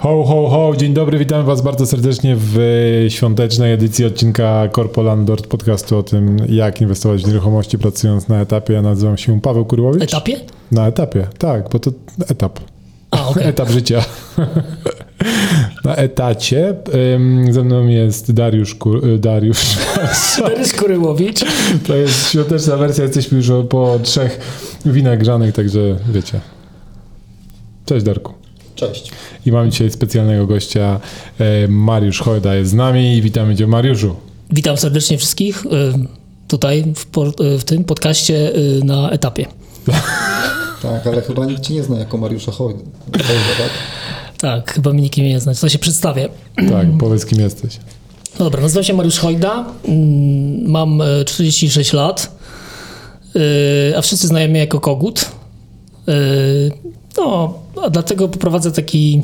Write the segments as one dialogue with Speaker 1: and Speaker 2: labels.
Speaker 1: Ho, ho, ho, dzień dobry, witamy Was bardzo serdecznie w świątecznej edycji odcinka Corpo Landlord, podcastu o tym, jak inwestować w nieruchomości pracując na etapie. Ja nazywam się Paweł Kurłowicz.
Speaker 2: Etapie?
Speaker 1: Na etapie, tak, bo to etap.
Speaker 2: A, okay.
Speaker 1: Etap życia. Na etacie. Ze mną jest Dariusz
Speaker 2: Kurłowicz.
Speaker 1: To jest świąteczna wersja, jesteśmy już po 3 winach grzanych, także wiecie. Cześć Darku.
Speaker 3: Cześć.
Speaker 1: I mamy dzisiaj specjalnego gościa, Mariusz Hojda jest z nami. Witamy Cię, Mariuszu.
Speaker 2: Witam serdecznie wszystkich tutaj w tym podcaście na etapie.
Speaker 3: Tak, ale chyba nikt Cię nie zna jako Mariusza Hojda, tak?
Speaker 2: Tak, chyba mnie nikt nie zna. To się przedstawię.
Speaker 1: Tak, powiedz kim jesteś.
Speaker 2: Dobra, nazywam się Mariusz Hojda, mam 46 lat, a wszyscy znają mnie jako Kogut. No, a dlatego poprowadzę takie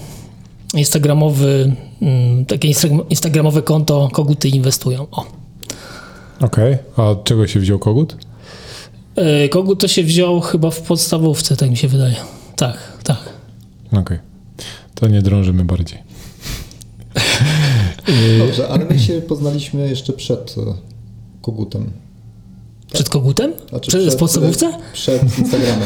Speaker 2: instagramowe konto Koguty inwestują.
Speaker 1: Okej, a od czego się wziął Kogut?
Speaker 2: Kogut to się wziął chyba w podstawówce, tak mi się wydaje. Tak.
Speaker 1: Okej, to nie drążymy bardziej.
Speaker 3: Dobrze, ale my się poznaliśmy jeszcze przed Kogutem. Tak?
Speaker 2: Przed Kogutem?
Speaker 3: Znaczy
Speaker 2: w podstawówce?
Speaker 3: Przed Instagramem.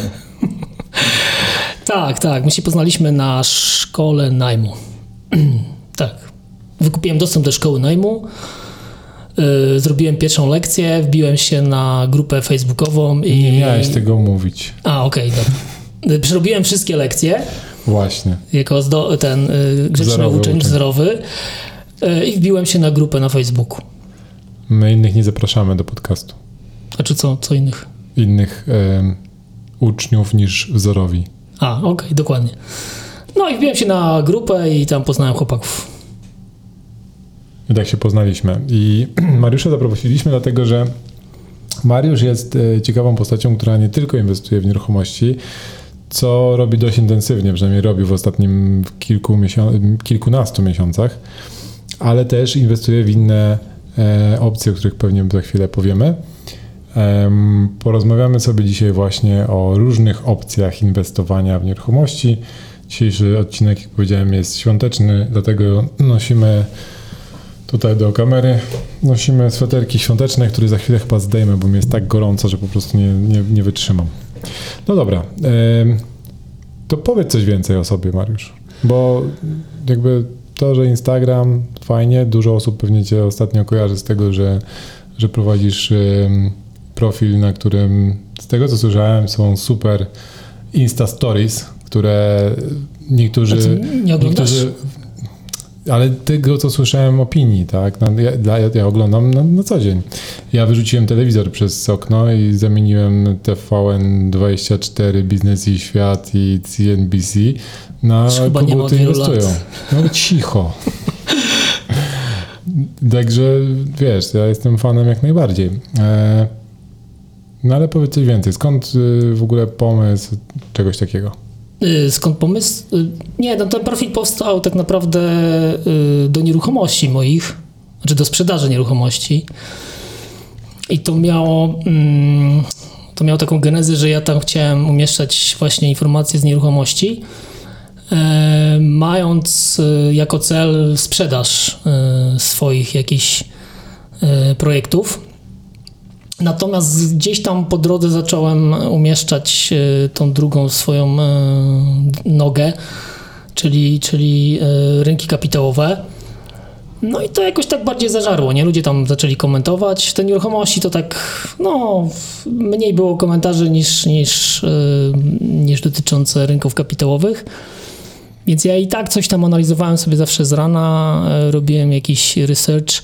Speaker 2: Tak. My się poznaliśmy na szkole najmu. Tak. Wykupiłem dostęp do szkoły najmu, zrobiłem pierwszą lekcję, wbiłem się na grupę facebookową i...
Speaker 1: Nie miałeś tego mówić.
Speaker 2: Okej, dobra. Przerobiłem wszystkie lekcje.
Speaker 1: Właśnie.
Speaker 2: Jako grzeczny uczeń wzorowy i wbiłem się na grupę na Facebooku.
Speaker 1: My innych nie zapraszamy do podcastu.
Speaker 2: A czy co innych?
Speaker 1: Innych uczniów niż wzorowi.
Speaker 2: Okej, dokładnie. No i wbiłem się na grupę i tam poznałem chłopaków.
Speaker 1: I tak się poznaliśmy. I Mariusza zaprosiliśmy dlatego, że Mariusz jest ciekawą postacią, która nie tylko inwestuje w nieruchomości, co robi dość intensywnie, przynajmniej robi w ostatnim kilkunastu miesiącach, ale też inwestuje w inne opcje, o których pewnie za chwilę powiemy. Porozmawiamy sobie dzisiaj właśnie o różnych opcjach inwestowania w nieruchomości. Dzisiejszy odcinek, jak powiedziałem, jest świąteczny, dlatego nosimy tutaj do kamery, sweterki świąteczne, które za chwilę chyba zdejmę, bo mi jest tak gorąco, że po prostu nie wytrzymam. No dobra, to powiedz coś więcej o sobie, Mariusz, bo jakby to, że Instagram fajnie, dużo osób pewnie Cię ostatnio kojarzy z tego, że prowadzisz profil, na którym, z tego co słyszałem, są super Insta Stories, które niektórzy...
Speaker 2: Nie oglądasz?
Speaker 1: Ale tego, co słyszałem opinii, tak? Ja oglądam na co dzień. Ja wyrzuciłem telewizor przez okno i zamieniłem TVN24, Biznes i Świat i CNBC na Koguty inwestują. No cicho. Także wiesz, ja jestem fanem jak najbardziej. No ale powiedz coś więcej. Skąd w ogóle pomysł czegoś takiego?
Speaker 2: Skąd pomysł? Nie, ten profil powstał tak naprawdę do nieruchomości moich, znaczy do sprzedaży nieruchomości. I to miało taką genezę, że ja tam chciałem umieszczać właśnie informacje z nieruchomości, mając jako cel sprzedaż swoich jakichś projektów. Natomiast gdzieś tam po drodze zacząłem umieszczać tą drugą swoją nogę, czyli rynki kapitałowe. No i to jakoś tak bardziej zażarło, nie? Ludzie tam zaczęli komentować te nieruchomości, to tak, mniej było komentarzy niż dotyczące rynków kapitałowych. Więc ja i tak coś tam analizowałem sobie zawsze z rana, robiłem jakiś research,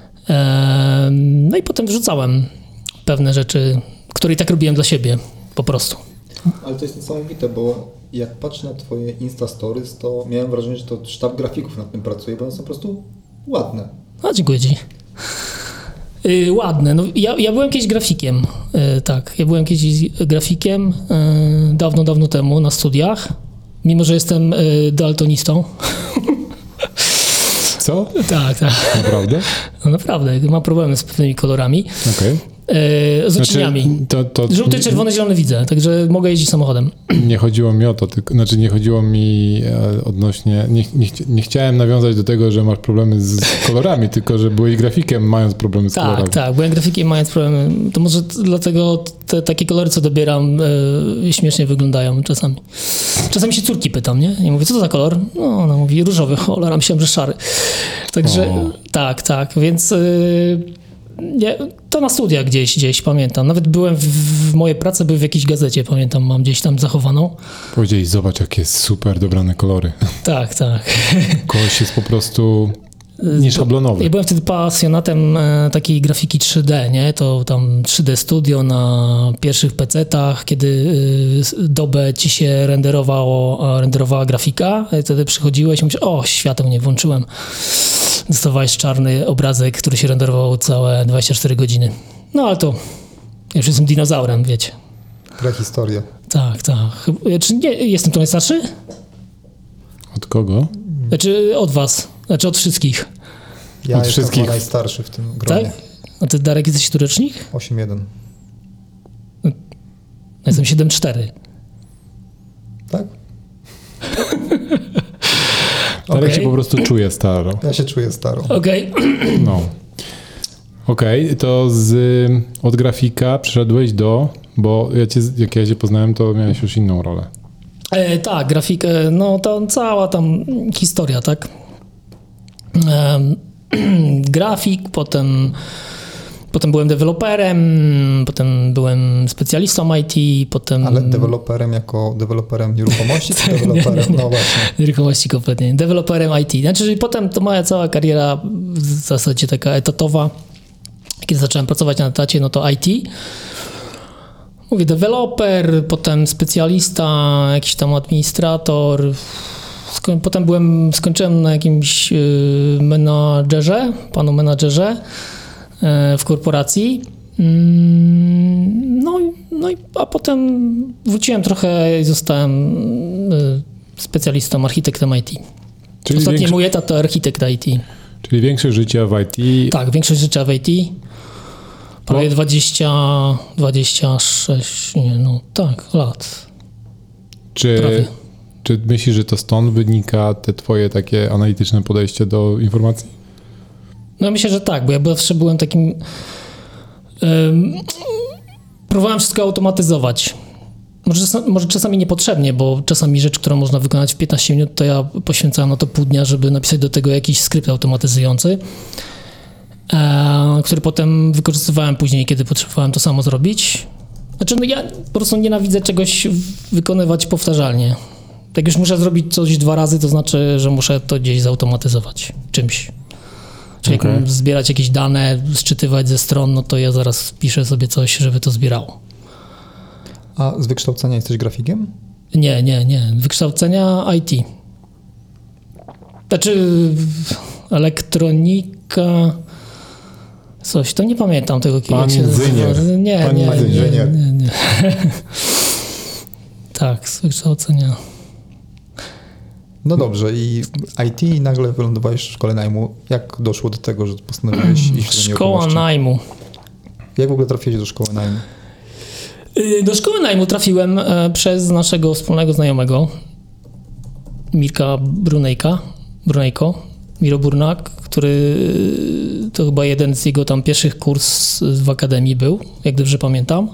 Speaker 2: no i potem wrzucałem pewne rzeczy, które i tak robiłem dla siebie, po prostu.
Speaker 3: Ale to jest niesamowite, bo jak patrzę na Twoje Insta Stories, to miałem wrażenie, że to sztab grafików nad tym pracuje, bo one są po prostu ładne.
Speaker 2: Dziękuję Ci. Ładne. No, ja byłem kiedyś grafikiem, tak. Ja byłem kiedyś grafikiem dawno temu na studiach, mimo że jestem daltonistą.
Speaker 1: Co?
Speaker 2: Tak.
Speaker 1: Naprawdę?
Speaker 2: No naprawdę, mam problemy z pewnymi kolorami.
Speaker 1: Okej.
Speaker 2: Z odcieniami.
Speaker 1: To
Speaker 2: Żółty, czerwony, zielony widzę, także mogę jeździć samochodem.
Speaker 1: nie chodziło mi o to, nie chodziło mi odnośnie, nie chciałem nawiązać do tego, że masz problemy z kolorami, tylko że byłeś grafikiem mając problemy z kolorami.
Speaker 2: Tak, byłem grafikiem mając problemy. To może dlatego takie kolory, co dobieram, śmiesznie wyglądają czasami. Czasami się córki pytam, nie? I mówię, co to za kolor? No, ona mówi, różowy kolor, a myślałem, że szary. Także tak, więc... to na studiach gdzieś pamiętam. Nawet byłem moje prace były w jakiejś gazecie, pamiętam, mam gdzieś tam zachowaną.
Speaker 1: Powiedzieli, zobacz, jakie super dobrane kolory.
Speaker 2: Tak.
Speaker 1: Kogoś jest po prostu nieszablonowy.
Speaker 2: Ja byłem wtedy pasjonatem takiej grafiki 3D, nie? To tam 3D Studio na pierwszych PC-tach, kiedy dobę ci się renderowała grafika, wtedy przychodziłeś i mówisz, o, świateł nie włączyłem. Dostawałeś czarny obrazek, który się renderował całe 24 godziny. No ale to, ja już jestem dinozaurem, wiecie.
Speaker 3: Prehistoria.
Speaker 2: Tak. Czy nie, jestem tu najstarszy?
Speaker 1: Od kogo?
Speaker 2: Znaczy od was, znaczy od wszystkich.
Speaker 3: Ja
Speaker 1: Od
Speaker 3: jestem
Speaker 1: wszystkich.
Speaker 3: najstarszy w tym gronie.
Speaker 2: Tak? A ty, Darek, jesteś tu rocznik?
Speaker 3: 8-1.
Speaker 2: Ja jestem 7-4.
Speaker 3: Tak?
Speaker 1: Darek się po prostu czuje staro.
Speaker 3: Ja się czuję staro.
Speaker 2: Okej.
Speaker 1: No. Okej, to od grafika przeszedłeś bo jak ja cię poznałem, to miałeś już inną rolę.
Speaker 2: Tak, grafikę, no to cała tam historia, tak? Grafik, potem byłem deweloperem, potem byłem specjalistą IT, potem...
Speaker 3: Ale deweloperem jako deweloperem nieruchomości, czy deweloperem? No właśnie.
Speaker 2: Nieruchomości kompletnie. Deweloperem IT. Znaczy, potem to moja cała kariera w zasadzie taka etatowa. Kiedy zacząłem pracować na etacie, no to IT. Mówię deweloper, potem specjalista, jakiś tam administrator. Potem skończyłem na jakimś panu menadżerze w korporacji. A potem wróciłem trochę i zostałem specjalistą, architektem IT. Ostatni mój etat to architekt IT.
Speaker 1: Czyli większość życia w IT.
Speaker 2: Tak, większość życia w IT. Prawie 26, lat.
Speaker 1: Czy myślisz, że to stąd wynika te twoje takie analityczne podejście do informacji?
Speaker 2: No myślę, że tak, bo ja zawsze byłem takim... próbowałem wszystko automatyzować. Może czasami niepotrzebnie, bo czasami rzecz, którą można wykonać w 15 minut, to ja poświęcałem na to pół dnia, żeby napisać do tego jakiś skrypt automatyzujący, który potem wykorzystywałem później, kiedy potrzebowałem to samo zrobić. Znaczy, ja po prostu nienawidzę czegoś wykonywać powtarzalnie. Jak już muszę zrobić coś 2 razy, to znaczy, że muszę to gdzieś zautomatyzować czymś. Czyli jak mam zbierać jakieś dane, sczytywać ze stron, no to ja zaraz piszę sobie coś, żeby to zbierało.
Speaker 3: A z wykształcenia jesteś grafikiem?
Speaker 2: Nie. Wykształcenia IT. Znaczy elektronika... Coś, to nie pamiętam tego
Speaker 1: Pan inżynier.
Speaker 2: Nie. Tak, z wykształcenia.
Speaker 3: No dobrze, i IT i nagle wylądowałeś w szkole najmu. Jak doszło do tego, że postanowiłeś iść do nieruchomości?
Speaker 2: Szkoła najmu.
Speaker 3: Jak w ogóle trafiłeś do szkoły najmu?
Speaker 2: Do szkoły najmu trafiłem przez naszego wspólnego znajomego, Mirka Miro Burnak, który to chyba jeden z jego tam pierwszych kurs w akademii był, jak dobrze pamiętam.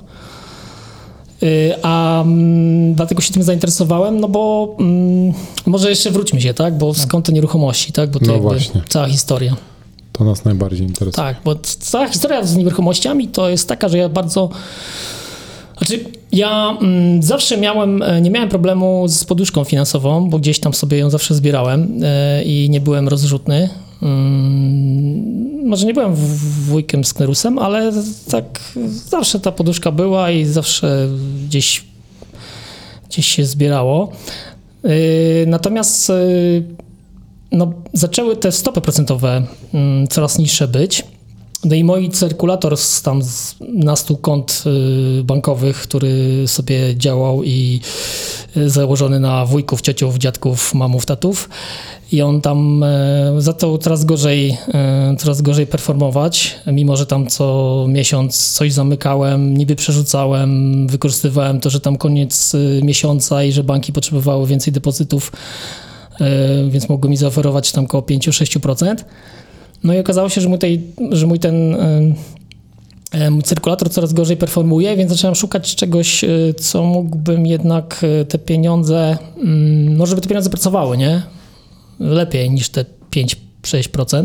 Speaker 2: A dlatego się tym zainteresowałem, no bo może jeszcze wróćmy się, tak? Bo skąd te nieruchomości, tak? Bo to
Speaker 1: No właśnie.
Speaker 2: Cała historia.
Speaker 1: To nas najbardziej interesuje.
Speaker 2: Tak, bo cała historia z nieruchomościami to jest taka, że ja bardzo... Znaczy, ja zawsze nie miałem problemu z poduszką finansową, bo gdzieś tam sobie ją zawsze zbierałem i nie byłem rozrzutny. Może nie byłem wujkiem sknerusem, ale tak zawsze ta poduszka była i zawsze gdzieś się zbierało. Natomiast zaczęły te stopy procentowe coraz niższe być No i mój cyrkulator na 100 kont bankowych, który sobie działał i założony na wujków, ciociów, dziadków, mamów, tatów. I on tam zaczął coraz gorzej performować, mimo że tam co miesiąc coś zamykałem, niby przerzucałem, wykorzystywałem to, że tam koniec miesiąca i że banki potrzebowały więcej depozytów, więc mogły mi zaoferować tam około 5-6%. No i okazało się, że mój cyrkulator coraz gorzej performuje, więc zacząłem szukać czegoś, co mógłbym jednak te pieniądze, no żeby te pieniądze pracowały, nie? Lepiej niż te 5-6%.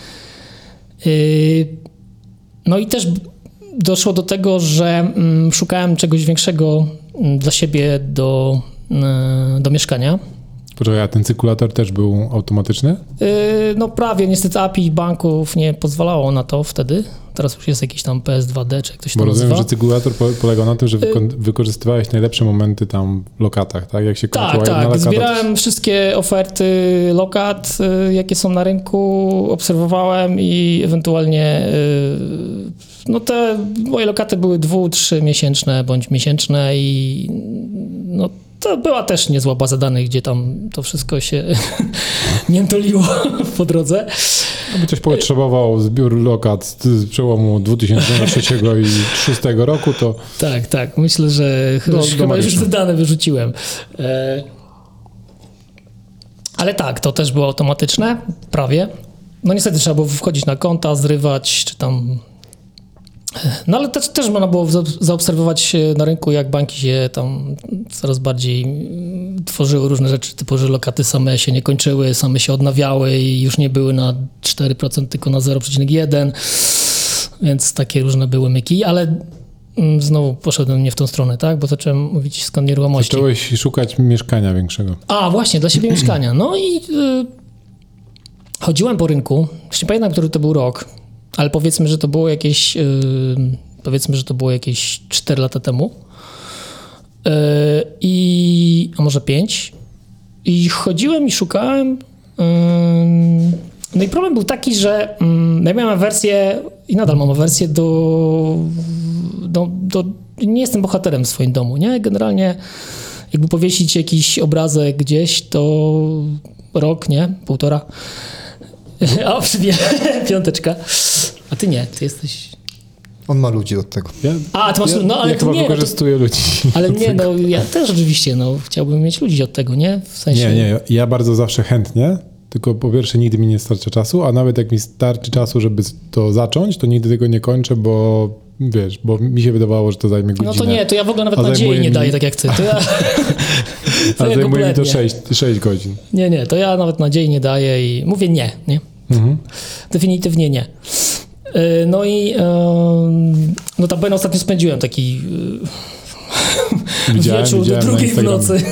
Speaker 2: No i też doszło do tego, że szukałem czegoś większego dla siebie do mieszkania.
Speaker 1: Poczekaj, a ten cyrkulator też był automatyczny?
Speaker 2: No prawie, niestety API banków nie pozwalało na to wtedy. Teraz już jest jakiś tam PS2D, czy jak ktoś to
Speaker 1: Bo rozumiem,
Speaker 2: nazywa.
Speaker 1: że cyrkulator polegał na tym, że wykorzystywałeś najlepsze momenty tam w lokatach, tak? Jak się kończyła jedna
Speaker 2: Tak,
Speaker 1: lokata,
Speaker 2: zbierałem wszystkie oferty lokat, jakie są na rynku, obserwowałem i ewentualnie no te moje lokaty były 2-3 miesięczne bądź miesięczne i no to była też niezła baza danych, gdzie tam to wszystko się miętoliło po drodze.
Speaker 1: Jakby ktoś potrzebował zbiór lokat z przełomu 2003 i 2006 roku, to...
Speaker 2: Tak. Myślę, że chyba już te dane wyrzuciłem. Ale tak, to też było automatyczne, prawie. No niestety trzeba było wchodzić na konta, zrywać, czy tam... No ale też można było zaobserwować na rynku, jak banki się tam coraz bardziej tworzyły różne rzeczy, typu, że lokaty same się nie kończyły, same się odnawiały i już nie były na 4%, tylko na 0,1%, więc takie różne były myki, ale znowu poszedłem nie w tą stronę, tak, bo zacząłem mówić skąd nieruchomości.
Speaker 1: Zacząłeś szukać mieszkania większego.
Speaker 2: A, właśnie, dla siebie mieszkania. No i chodziłem po rynku, już nie pamiętam, który to był rok, ale powiedzmy, że to było jakieś 4 lata temu. A może 5. I chodziłem i szukałem. No i problem był taki, że ja miałem wersję i nadal mam wersję nie jestem bohaterem w swoim domu, nie? Generalnie jakby powiesić jakiś obrazek gdzieś, to rok, nie? 1,5. O, przybie, 5. A ty nie, ty jesteś...
Speaker 3: On ma ludzi od tego.
Speaker 2: Ty masz... No, ale
Speaker 1: ja chyba wykorzystuję ludzi.
Speaker 2: Ale nie, no ja też oczywiście, no chciałbym mieć ludzi od tego, nie? W sensie...
Speaker 1: Nie, ja bardzo zawsze chętnie, tylko po pierwsze nigdy mi nie starcza czasu, a nawet jak mi starczy czasu, żeby to zacząć, to nigdy tego nie kończę, bo wiesz, bo mi się wydawało, że to zajmie godzinę.
Speaker 2: No to nie, to ja w ogóle nawet nadziei nie daję tak jak ty. To ja...
Speaker 1: A zajmuje mi to 6 godzin.
Speaker 2: Nie, to ja nawet nadziei nie daję i mówię nie? Mhm. Definitywnie nie. No i notabene ostatnio spędziłem taki wieczór do 2 w nocy.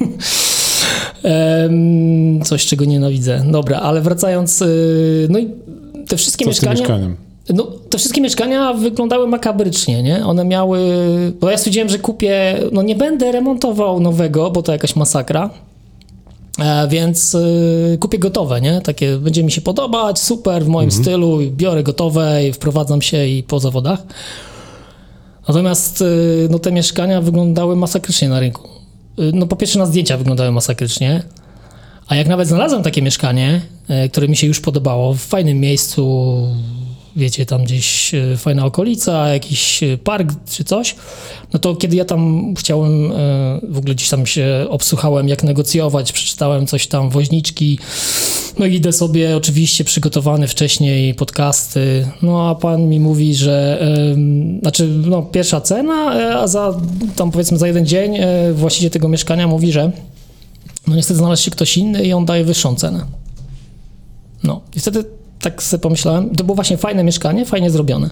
Speaker 2: Coś, czego nienawidzę. Dobra, ale wracając, no i te wszystkie mieszkania... No, te wszystkie mieszkania wyglądały makabrycznie, nie? One miały... Bo ja stwierdziłem, że kupię... No nie będę remontował nowego, bo to jakaś masakra. Więc kupię gotowe, nie? Takie będzie mi się podobać, super, w moim stylu, biorę gotowe i wprowadzam się i po zawodach. Natomiast no, te mieszkania wyglądały masakrycznie na rynku. No po pierwsze na zdjęcia wyglądały masakrycznie, a jak nawet znalazłem takie mieszkanie, które mi się już podobało, w fajnym miejscu, wiecie, tam gdzieś fajna okolica, jakiś park czy coś, no to kiedy ja tam chciałem, w ogóle gdzieś tam się obsłuchałem, jak negocjować, przeczytałem coś tam, woźniczki, no i idę sobie oczywiście przygotowany wcześniej podcasty, no a pan mi mówi, że pierwsza cena, a za tam powiedzmy za jeden dzień właściciel tego mieszkania mówi, że no niestety znalazł się ktoś inny i on daje wyższą cenę. No i wtedy tak sobie pomyślałem, to było właśnie fajne mieszkanie, fajnie zrobione.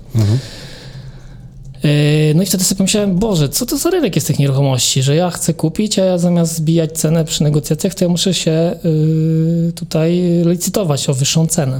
Speaker 2: No i wtedy sobie pomyślałem, Boże, co to za rynek jest tych nieruchomości, że ja chcę kupić, a ja zamiast zbijać cenę przy negocjacjach, to ja muszę się tutaj licytować o wyższą cenę.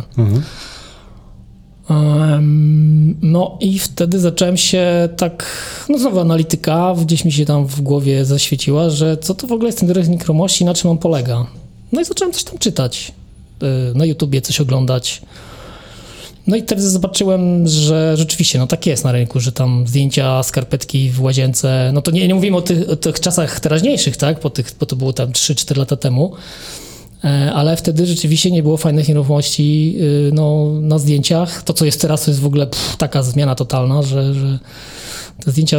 Speaker 2: No i wtedy zacząłem się tak, no znowu analityka, gdzieś mi się tam w głowie zaświeciła, że co to w ogóle jest ten rynek nieruchomości, na czym on polega. No i zacząłem coś tam czytać, na YouTubie coś oglądać. No i wtedy zobaczyłem, że rzeczywiście, no tak jest na rynku, że tam zdjęcia, skarpetki w łazience, no to nie mówimy o tych czasach teraźniejszych, tak, bo to było tam 3-4 lata temu, ale wtedy rzeczywiście nie było fajnych nieruchomości no, na zdjęciach. To, co jest teraz, to jest w ogóle taka zmiana totalna, że te zdjęcia,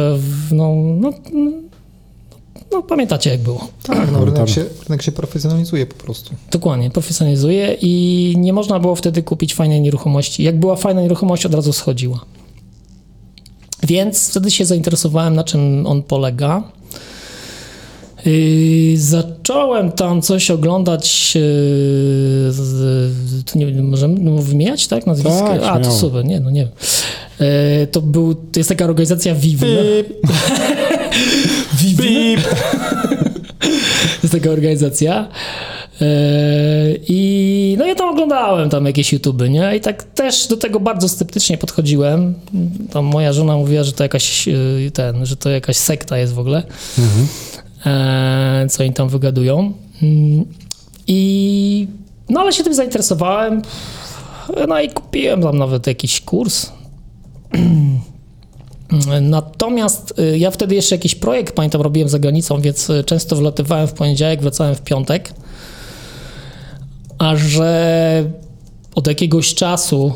Speaker 2: no pamiętacie jak było.
Speaker 3: Tak, no rynek się profesjonalizuje po prostu.
Speaker 2: Dokładnie, profesjonalizuje i nie można było wtedy kupić fajnej nieruchomości. Jak była fajna nieruchomość, od razu schodziła. Więc wtedy się zainteresowałem, na czym on polega. Zacząłem tam coś oglądać, to nie możemy wymieniać, tak? Nazwisko?
Speaker 1: Tak,
Speaker 2: to super, nie wiem. To jest taka organizacja Vivn. Vivn. Jest taka organizacja. I no ja tam oglądałem tam jakieś YouTuby, nie? I tak też do tego bardzo sceptycznie podchodziłem. Tam moja żona mówiła, że to jakaś sekta jest w ogóle. Co oni tam wygadują. No ale się tym zainteresowałem. No i kupiłem tam nawet jakiś kurs. Natomiast ja wtedy jeszcze jakiś projekt, pamiętam, robiłem za granicą, więc często wlatywałem w poniedziałek, wracałem w piątek. A że od jakiegoś czasu,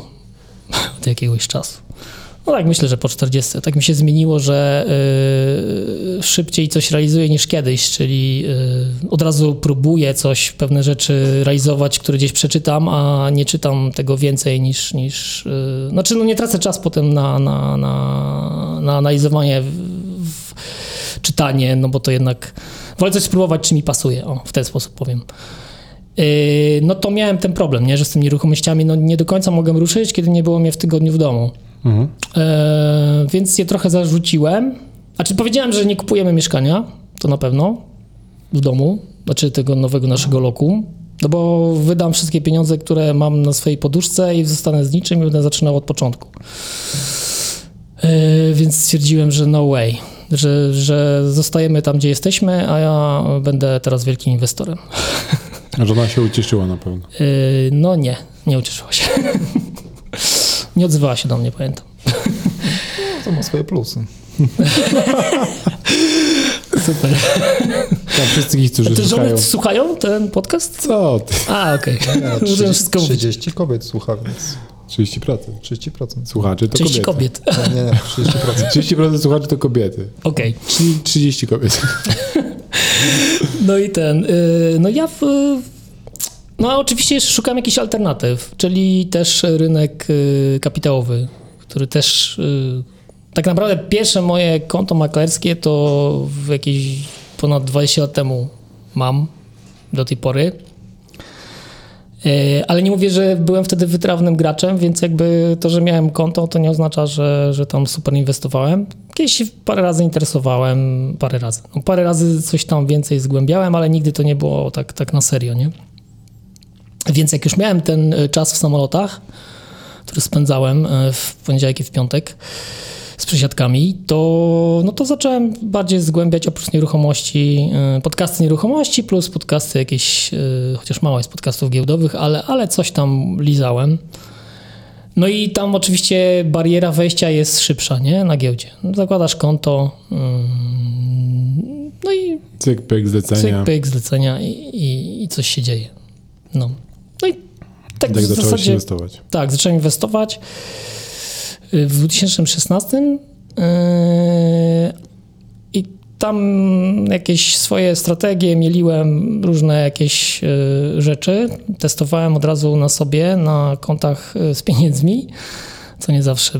Speaker 2: no tak myślę, że po 40, tak mi się zmieniło, że szybciej coś realizuję niż kiedyś, czyli od razu próbuję pewne rzeczy realizować, które gdzieś przeczytam, a nie czytam tego więcej niż znaczy no nie tracę czas potem na analizowanie, czytanie, no bo to jednak wolę coś spróbować, czy mi pasuje, w ten sposób powiem. No to miałem ten problem, nie, że z tymi nieruchomościami no nie do końca mogłem ruszyć, kiedy nie było mnie w tygodniu w domu. Więc je trochę zarzuciłem. Znaczy powiedziałem, że nie kupujemy mieszkania, to na pewno, w domu, znaczy tego nowego naszego lokum, no bo wydam wszystkie pieniądze, które mam na swojej poduszce i zostanę z niczym i będę zaczynał od początku. Więc stwierdziłem, że no way, że zostajemy tam, gdzie jesteśmy, a ja będę teraz wielkim inwestorem.
Speaker 1: A żona się ucieszyła na pewno.
Speaker 2: No nie ucieszyła się. Nie odzywała się do mnie, pamiętam.
Speaker 3: To ma swoje plusy.
Speaker 2: Super.
Speaker 1: Dla wszystkich, którzy
Speaker 2: Te
Speaker 1: słuchają.
Speaker 2: żony słuchają ten podcast?
Speaker 1: Co ty?
Speaker 2: Okej.
Speaker 3: Ja,
Speaker 2: Wszystko mówić.
Speaker 3: 30 kobiet słucha, więc
Speaker 1: 30%.
Speaker 3: 30%.
Speaker 1: Słuchaczy to
Speaker 2: 30
Speaker 1: kobiety.
Speaker 2: kobiet.
Speaker 3: Nie, 30%.
Speaker 1: 30% słuchaczy to kobiety.
Speaker 2: Okej.
Speaker 1: Czyli 30 kobiet.
Speaker 2: No i no ja no oczywiście jeszcze szukam jakichś alternatyw, czyli też rynek kapitałowy, który też tak naprawdę pierwsze moje konto maklerskie to jakieś ponad 20 lat temu mam do tej pory. Ale nie mówię, że byłem wtedy wytrawnym graczem, więc jakby to, że miałem konto, to nie oznacza, że tam super inwestowałem. Kiedyś parę razy interesowałem, parę razy coś tam więcej zgłębiałem, ale nigdy to nie było tak na serio, nie? Więc jak już miałem ten czas w samolotach, który spędzałem w poniedziałek i w piątek z przesiadkami, to zacząłem bardziej zgłębiać oprócz nieruchomości, podcasty nieruchomości plus podcasty jakieś, chociaż mało jest podcastów giełdowych, ale coś tam lizałem. No i tam oczywiście bariera wejścia jest szybsza, nie? Na giełdzie. Zakładasz konto, no i
Speaker 1: Cyk, pyk, zlecenia.
Speaker 2: I coś się dzieje. No i tak w
Speaker 1: zacząłeś
Speaker 2: zasadzie
Speaker 1: inwestować.
Speaker 2: Tak, zacząłem inwestować w 2016 i tam jakieś swoje strategie mieliłem, różne jakieś rzeczy. Testowałem od razu na sobie, na kontach z pieniędzmi, co nie zawsze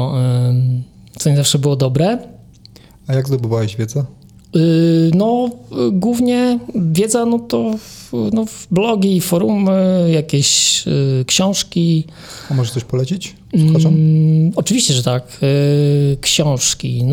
Speaker 2: było dobre.
Speaker 3: A jak zdobywałeś wiedzę?
Speaker 2: No, głównie wiedza, no to w blogi, forumy, jakieś książki.
Speaker 3: A możesz coś polecić słuchaczom?
Speaker 2: Oczywiście, że tak. Książki.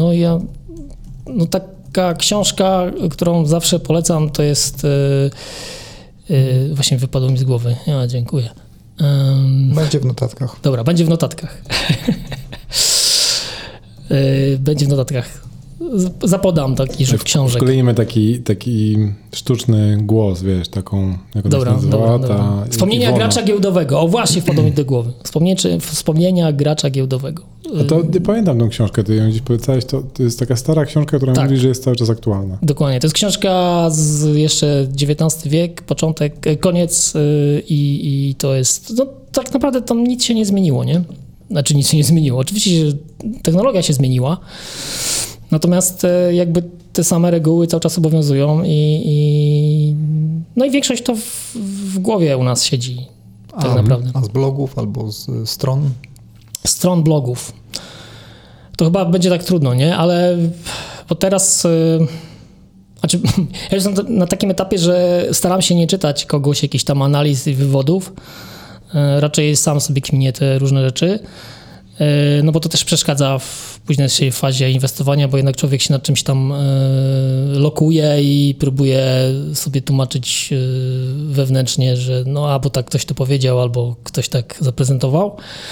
Speaker 2: Taka książka, którą zawsze polecam, to jest właśnie wypadło mi z głowy. Ja dziękuję.
Speaker 3: Będzie w notatkach.
Speaker 2: Dobra, będzie w notatkach. Będzie w notatkach. zapodam taki rzut książek.
Speaker 1: Wkleimy taki sztuczny głos, wiesz, taką, jak ona się nazywała, ta
Speaker 2: Wspomnienia
Speaker 1: Iwona.
Speaker 2: gracza giełdowego. O, właśnie wpadło mi do głowy. Wspomnienia gracza giełdowego.
Speaker 1: A to pamiętam tą książkę, ty ją gdzieś polecałeś, to jest taka stara książka, która
Speaker 2: Tak.
Speaker 1: mówi, że jest cały czas aktualna.
Speaker 2: Dokładnie. To jest książka z jeszcze XIX wiek, koniec i to jest, no tak naprawdę tam nic się nie zmieniło, nie? Znaczy nic się nie zmieniło. Oczywiście, że technologia się zmieniła, natomiast jakby te same reguły cały czas obowiązują no i większość to w głowie u nas siedzi tak naprawdę.
Speaker 4: A z blogów albo z stron?
Speaker 2: Stron blogów. To chyba będzie tak trudno, nie? Ale bo teraz... Znaczy, ja jestem na takim etapie, że staram się nie czytać kogoś jakichś tam analiz i wywodów. Raczej sam sobie kminię te różne rzeczy. No bo to też przeszkadza w późniejszej fazie inwestowania, bo jednak człowiek się nad czymś tam lokuje i próbuje sobie tłumaczyć wewnętrznie, że no albo tak ktoś to powiedział, albo ktoś tak zaprezentował.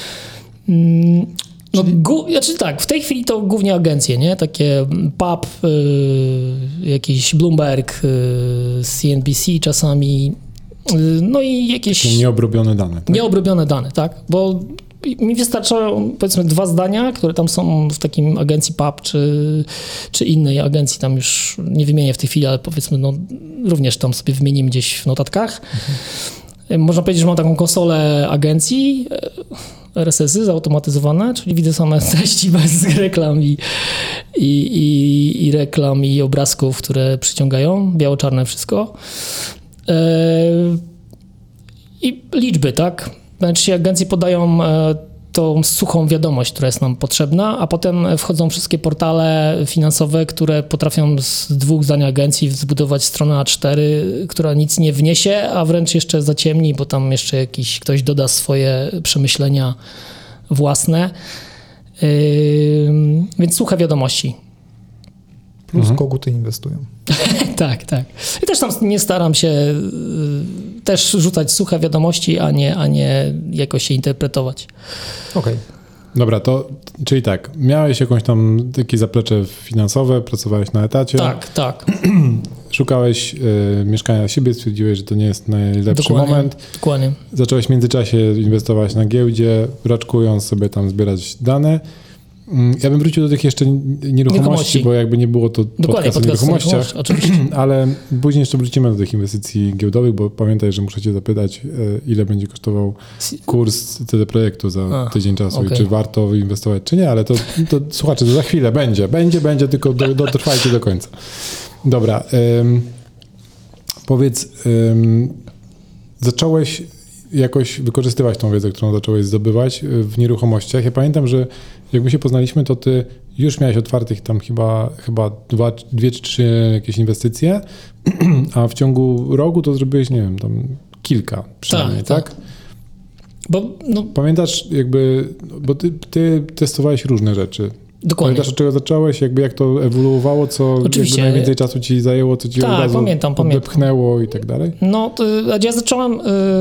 Speaker 2: No, znaczy tak, w tej chwili to głównie agencje, nie? Takie PUB, jakiś Bloomberg, CNBC czasami, no i jakieś...
Speaker 1: Nieobrobione dane. Tak?
Speaker 2: Nieobrobione dane, tak? Bo mi wystarczają, powiedzmy, 2 zdania, które tam są w takim agencji PUB czy innej agencji, tam już nie wymienię w tej chwili, ale powiedzmy, no również tam sobie wymienimy gdzieś w notatkach. Można powiedzieć, że mam taką konsolę agencji, RSS-y zautomatyzowane, czyli widzę same treści bez reklam i reklam i obrazków, które przyciągają, biało-czarne wszystko. I liczby, tak? Znaczy agencje podają tą suchą wiadomość, która jest nam potrzebna, a potem wchodzą wszystkie portale finansowe, które potrafią z 2 zdań agencji zbudować stronę A4, która nic nie wniesie, a wręcz jeszcze zaciemni, bo tam jeszcze jakiś ktoś doda swoje przemyślenia własne. Więc suche wiadomości.
Speaker 4: Plus koguty inwestują.
Speaker 2: Tak, tak. I też tam nie staram się też rzucać suche wiadomości, a nie jakoś się interpretować.
Speaker 4: Okej.
Speaker 1: Dobra, czyli tak, miałeś jakąś tam takie zaplecze finansowe, pracowałeś na etacie.
Speaker 2: Tak, tak.
Speaker 1: Szukałeś mieszkania dla siebie, stwierdziłeś, że to nie jest najlepszy moment.
Speaker 2: Dokładnie.
Speaker 1: Zacząłeś w międzyczasie inwestować na giełdzie, raczkując sobie tam zbierać dane. Ja bym wrócił do tych jeszcze nieruchomości, bo jakby nie było to podcast o nieruchomościach,
Speaker 2: oczywiście.
Speaker 1: Ale później jeszcze wrócimy do tych inwestycji giełdowych, bo pamiętaj, że muszę cię zapytać, ile będzie kosztował kurs CD Projektu za tydzień czasu i czy warto inwestować, czy nie, ale to słuchajcie, to za chwilę będzie, tylko dotrwajcie do końca. Dobra, powiedz, zacząłeś jakoś wykorzystywać tą wiedzę, którą zacząłeś zdobywać w nieruchomościach. Ja pamiętam, że jak my się poznaliśmy, to ty już miałeś otwartych tam chyba 2 czy 3 jakieś inwestycje, a w ciągu roku to zrobiłeś, nie wiem, tam kilka przynajmniej, tak?
Speaker 2: Bo, no,
Speaker 1: pamiętasz jakby, bo ty testowałeś różne rzeczy.
Speaker 2: Dokładnie.
Speaker 1: Pamiętasz, od czego zacząłeś? Jakby jak to ewoluowało, co
Speaker 2: oczywiście
Speaker 1: jakby najwięcej czasu ci zajęło, co ci od razu odepchnęło i tak dalej?
Speaker 2: No, ja zacząłem...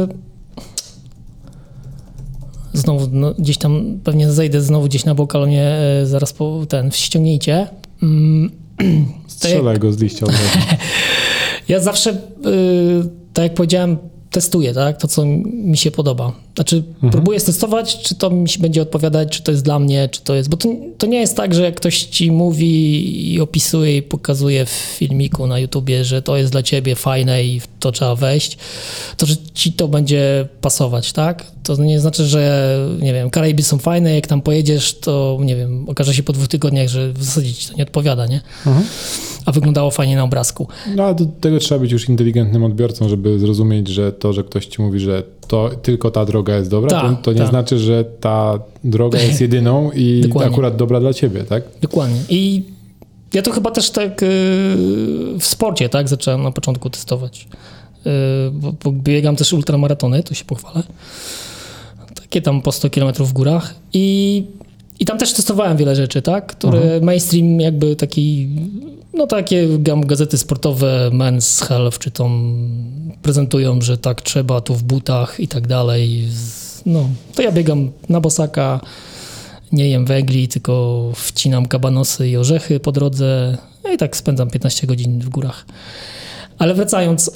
Speaker 2: Znowu gdzieś tam pewnie zejdę znowu gdzieś na bok, ale mnie zaraz ściągnijcie.
Speaker 1: Strzelaj go z liścia od razu.
Speaker 2: Ja zawsze, tak jak powiedziałem, testuję, tak? To, co mi się podoba. Znaczy, próbuję testować, czy to mi się będzie odpowiadać, czy to jest dla mnie, czy to jest... Bo to nie jest tak, że jak ktoś ci mówi i opisuje i pokazuje w filmiku na YouTubie, że to jest dla ciebie fajne i w to trzeba wejść, to że ci to będzie pasować, tak? To nie znaczy, że, nie wiem, Karaiby są fajne, jak tam pojedziesz, to, nie wiem, okaże się po 2 tygodniach, że w zasadzie ci to nie odpowiada, nie? A wyglądało fajnie na obrazku.
Speaker 1: No, ale do tego trzeba być już inteligentnym odbiorcą, żeby zrozumieć, że to, że ktoś ci mówi, że to tylko ta droga jest dobra, to nie znaczy, że ta droga jest jedyną i akurat dobra dla ciebie, tak?
Speaker 2: Dokładnie. I ja to chyba też tak w sporcie, tak, zacząłem na początku testować. Bo biegam też ultramaratony, to się pochwalę. Takie tam po 100 km w górach. I tam też testowałem wiele rzeczy, tak, które mainstream jakby taki, no takie gazety sportowe, Men's Health, czy tam prezentują, że tak trzeba, tu w butach i tak dalej. No, to ja biegam na bosaka, nie jem węgli, tylko wcinam kabanosy i orzechy po drodze. No i tak spędzam 15 godzin w górach. Ale wracając,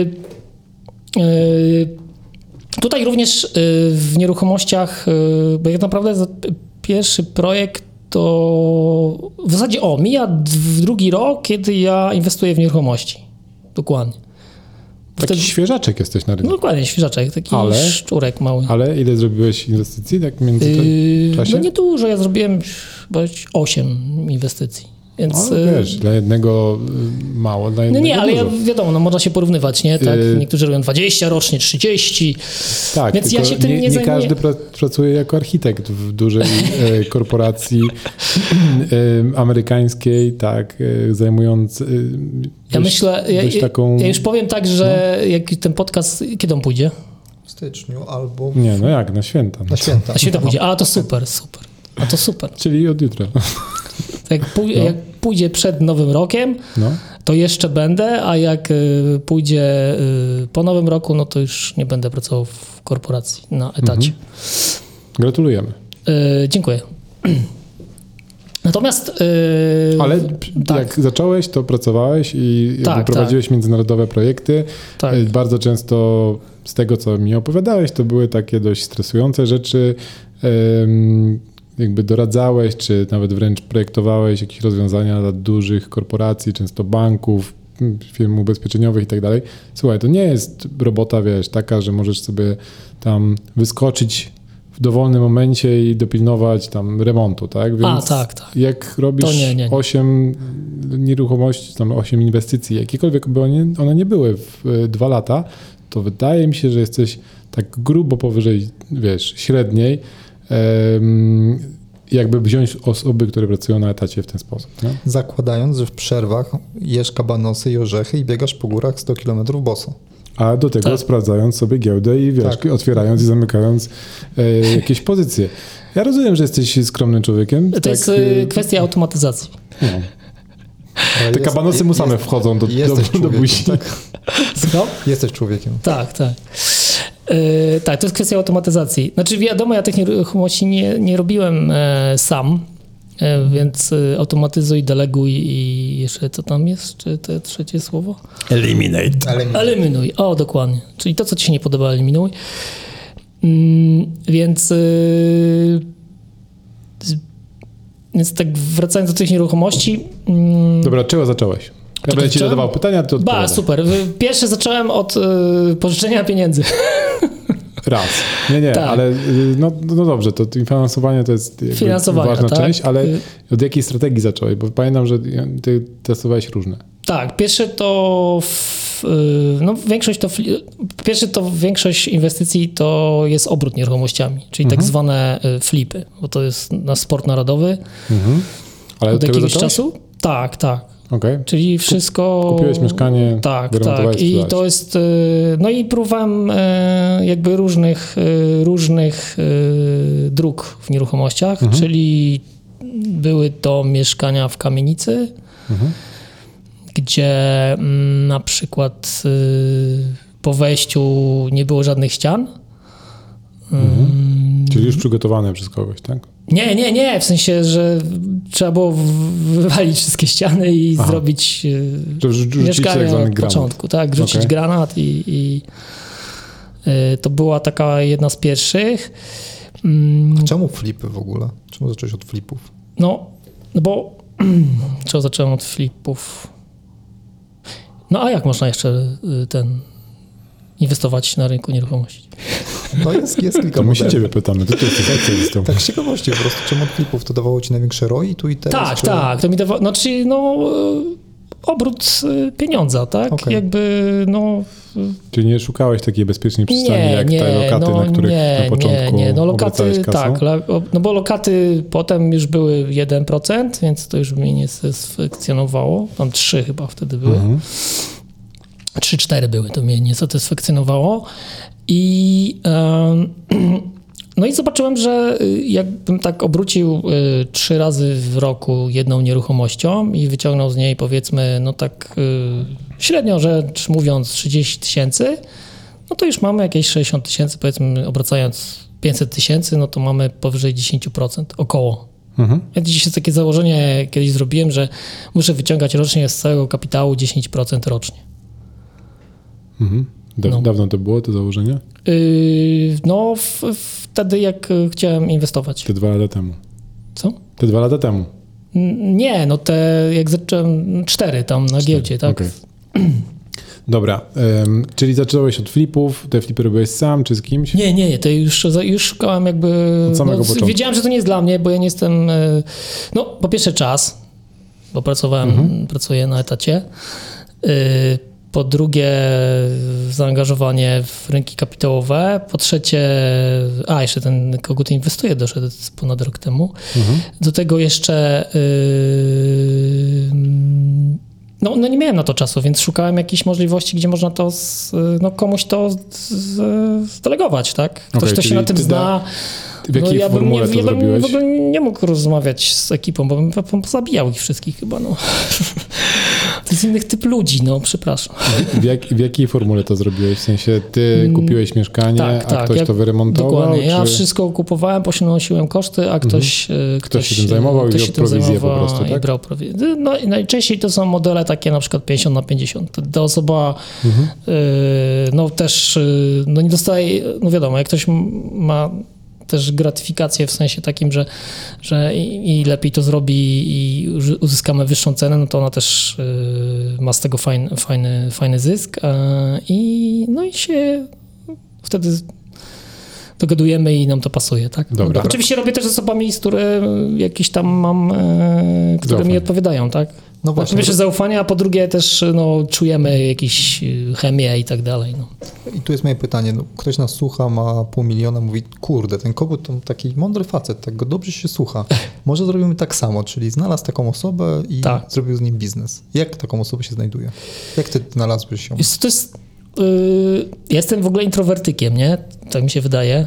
Speaker 2: tutaj również w nieruchomościach, bo tak naprawdę pierwszy projekt to w zasadzie mija drugi rok, kiedy ja inwestuję w nieruchomości. Dokładnie.
Speaker 1: Taki świeżaczek jesteś na rynku.
Speaker 2: No dokładnie, świeżaczek, taki szczurek mały.
Speaker 1: Ale ile zrobiłeś inwestycji tak między tym czasie?
Speaker 2: No niedużo, ja zrobiłem chyba 8 inwestycji. Więc,
Speaker 1: no, wiesz, dla jednego mało, dla jednego
Speaker 2: no nie, ale
Speaker 1: dużo.
Speaker 2: Wiadomo, no można się porównywać, nie? Tak? Niektórzy robią 20 rocznie, się
Speaker 1: Tak,
Speaker 2: więc ja się tym nie
Speaker 1: nie każdy pracuje jako architekt w dużej korporacji amerykańskiej, tak, zajmując
Speaker 2: ja myślę,
Speaker 1: taką...
Speaker 2: ja już powiem tak, że jak ten podcast, kiedy on pójdzie?
Speaker 4: W styczniu albo...
Speaker 1: Nie, no jak, na święta.
Speaker 4: Na święta.
Speaker 2: Na święta pójdzie, a to super. A to super.
Speaker 1: Czyli od jutra.
Speaker 2: Jak pójdzie przed Nowym Rokiem, to jeszcze będę, a jak pójdzie po Nowym Roku, no to już nie będę pracował w korporacji na etacie.
Speaker 1: Gratulujemy.
Speaker 2: Dziękuję. Natomiast...
Speaker 1: Ale
Speaker 2: tak.
Speaker 1: jak zacząłeś, to pracowałeś i prowadziłeś międzynarodowe projekty.
Speaker 2: Tak.
Speaker 1: Bardzo często z tego, co mi opowiadałeś, to były takie dość stresujące rzeczy. Jakby doradzałeś, czy nawet wręcz projektowałeś jakieś rozwiązania dla dużych korporacji, często banków, firm ubezpieczeniowych i tak dalej. Słuchaj, to nie jest robota, wiesz, taka, że możesz sobie tam wyskoczyć w dowolnym momencie i dopilnować tam remontu, tak? Więc
Speaker 2: tak.
Speaker 1: jak robisz 8 nieruchomości, tam 8 inwestycji, jakiekolwiek by one nie były w 2 lata, to wydaje mi się, że jesteś tak grubo powyżej, wiesz, średniej, jakby wziąć osoby, które pracują na etacie w ten sposób. Nie?
Speaker 4: Zakładając, że w przerwach jesz kabanosy i orzechy i biegasz po górach 100 km boso.
Speaker 1: A do tego sprawdzając sobie giełdę i wiesz, otwierając i zamykając jakieś pozycje. Ja rozumiem, że jesteś skromnym człowiekiem.
Speaker 2: To jest kwestia automatyzacji.
Speaker 1: No. Te kabanosy mu same wchodzą do buzi.
Speaker 4: Tak? Jesteś człowiekiem.
Speaker 2: Tak. Tak, to jest kwestia automatyzacji. Znaczy wiadomo, ja tych nieruchomości nie robiłem sam, więc automatyzuj, deleguj i jeszcze co tam jest? Czy to trzecie słowo? Eliminuj. O, dokładnie. Czyli to, co ci się nie podoba, eliminuj. Więc tak wracając do tych nieruchomości...
Speaker 1: Dobra, czego zacząłeś? Ja będę ci zadawał pytania, ty odpowiadaj.
Speaker 2: Super. Pierwszy zacząłem od pożyczenia pieniędzy.
Speaker 1: Raz. Nie,
Speaker 2: tak.
Speaker 1: Ale no dobrze, to finansowanie to jest ważna część, ale od jakiej strategii zacząłeś? Bo pamiętam, że ty testowałeś różne. Tak,
Speaker 2: pierwsze to większość inwestycji to jest obrót nieruchomościami, czyli tak zwane flipy, bo to jest nasz sport narodowy.
Speaker 1: Ale
Speaker 2: od jakiegoś czasu? Tak.
Speaker 1: Okay.
Speaker 2: Czyli wszystko...
Speaker 1: Kupiłeś mieszkanie,
Speaker 2: tak.
Speaker 1: I
Speaker 2: to jest... No i próbowałem jakby różnych dróg w nieruchomościach, czyli były to mieszkania w kamienicy, gdzie na przykład po wejściu nie było żadnych ścian.
Speaker 1: Czyli już przygotowane przez kogoś, tak?
Speaker 2: Nie, w sensie, że trzeba było wywalić wszystkie ściany i zrobić mieszkanie od początku, tak, rzucić granat i to była taka jedna z pierwszych.
Speaker 4: Czemu flipy w ogóle? Czemu zacząłeś od flipów?
Speaker 2: No bo czego zacząłem od flipów? No a jak można jeszcze inwestować na rynku nieruchomości?
Speaker 4: No jest kilka
Speaker 1: to my się ciebie pytamy, to ty jesteś specjalistą.
Speaker 4: Tak z ciekawości po prostu, czemu od flipów to dawało ci największe ROI tu i teraz?
Speaker 2: Tak, to mi dawało, obrót pieniądza, tak?
Speaker 4: Okay.
Speaker 2: Jakby,
Speaker 1: Czyli nie szukałeś takiej bezpiecznej przystani jak te lokaty, na których na początku
Speaker 2: lokaty,
Speaker 1: kasą?
Speaker 2: tak, bo lokaty potem już były 1%, więc to już mnie nie satysfakcjonowało. Tam 3 chyba wtedy były. 3-4 były, to mnie nie satysfakcjonowało. I zobaczyłem, że jakbym tak obrócił 3 razy w roku jedną nieruchomością i wyciągnął z niej powiedzmy, średnio rzecz mówiąc 30 000, no to już mamy jakieś 60 000 powiedzmy obracając 500 tysięcy, no to mamy powyżej 10%, około.
Speaker 1: Mhm.
Speaker 2: Ja dziś jest takie założenie, kiedyś zrobiłem, że muszę wyciągać rocznie z całego kapitału 10% rocznie.
Speaker 1: Mhm.
Speaker 2: No.
Speaker 1: Dawno to było, to założenie?
Speaker 2: No, wtedy jak chciałem inwestować.
Speaker 1: Te 2 lata temu.
Speaker 2: Co?
Speaker 1: Te 2 lata temu.
Speaker 2: Nie, no jak zacząłem 4 tam na giełdzie, tak?
Speaker 1: Okej. Dobra, czyli zacząłeś od flipów, te flipy robiłeś sam czy z kimś?
Speaker 2: Nie, to już szukałem jakby...
Speaker 1: Od samego początku.
Speaker 2: Wiedziałem, że to nie jest dla mnie, bo ja nie jestem... No, po pierwsze czas, bo pracuję na etacie. Po drugie zaangażowanie w rynki kapitałowe. Po trzecie, jeszcze ten kogut inwestuje, doszedł ponad rok temu. Do tego jeszcze... No nie miałem na to czasu, więc szukałem jakichś możliwości, gdzie można to komuś to zdelegować, tak? Ktoś,
Speaker 1: Okej,
Speaker 2: kto się
Speaker 1: czyli
Speaker 2: na tym zna.
Speaker 1: W jakiej formule to zrobiłeś?
Speaker 2: W ogóle nie mógł rozmawiać z ekipą, bo bym zabijał ich wszystkich chyba, no. To jest innych typ ludzi, no, przepraszam.
Speaker 1: W jakiej formule to zrobiłeś? W sensie ty kupiłeś mieszkanie,
Speaker 2: tak,
Speaker 1: ktoś to wyremontował?
Speaker 2: Dokładnie. Ja
Speaker 1: czy...
Speaker 2: wszystko kupowałem, ponosiłem koszty, a ktoś
Speaker 1: się tym zajmował i wziął prowizję po prostu, tak?
Speaker 2: I brał prowizję. No i najczęściej to są modele takie na przykład 50/50. Ta osoba też nie dostaje, no wiadomo, jak ktoś ma też gratyfikację w sensie takim, że i lepiej to zrobi i uzyskamy wyższą cenę, no to ona też ma z tego fajny zysk i się wtedy dogadujemy i nam to pasuje, tak?
Speaker 1: Dobra.
Speaker 2: Oczywiście robię też z osobami, z które jakieś tam mam, które mi odpowiadają, tak?
Speaker 4: No właśnie.
Speaker 2: Po pierwsze zaufanie, a po drugie też czujemy jakąś chemię i tak dalej. No.
Speaker 4: I tu jest moje pytanie. No, ktoś nas słucha, ma 500 000, mówi, kurde, ten kogut to taki mądry facet, tak go dobrze się słucha. Może zrobimy tak samo, czyli znalazł taką osobę i zrobił z nim biznes. Jak taką osobę się znajduje? Jak ty znalazłeś ją?
Speaker 2: To jest... Ja jestem w ogóle introwertykiem, nie? Tak mi się wydaje.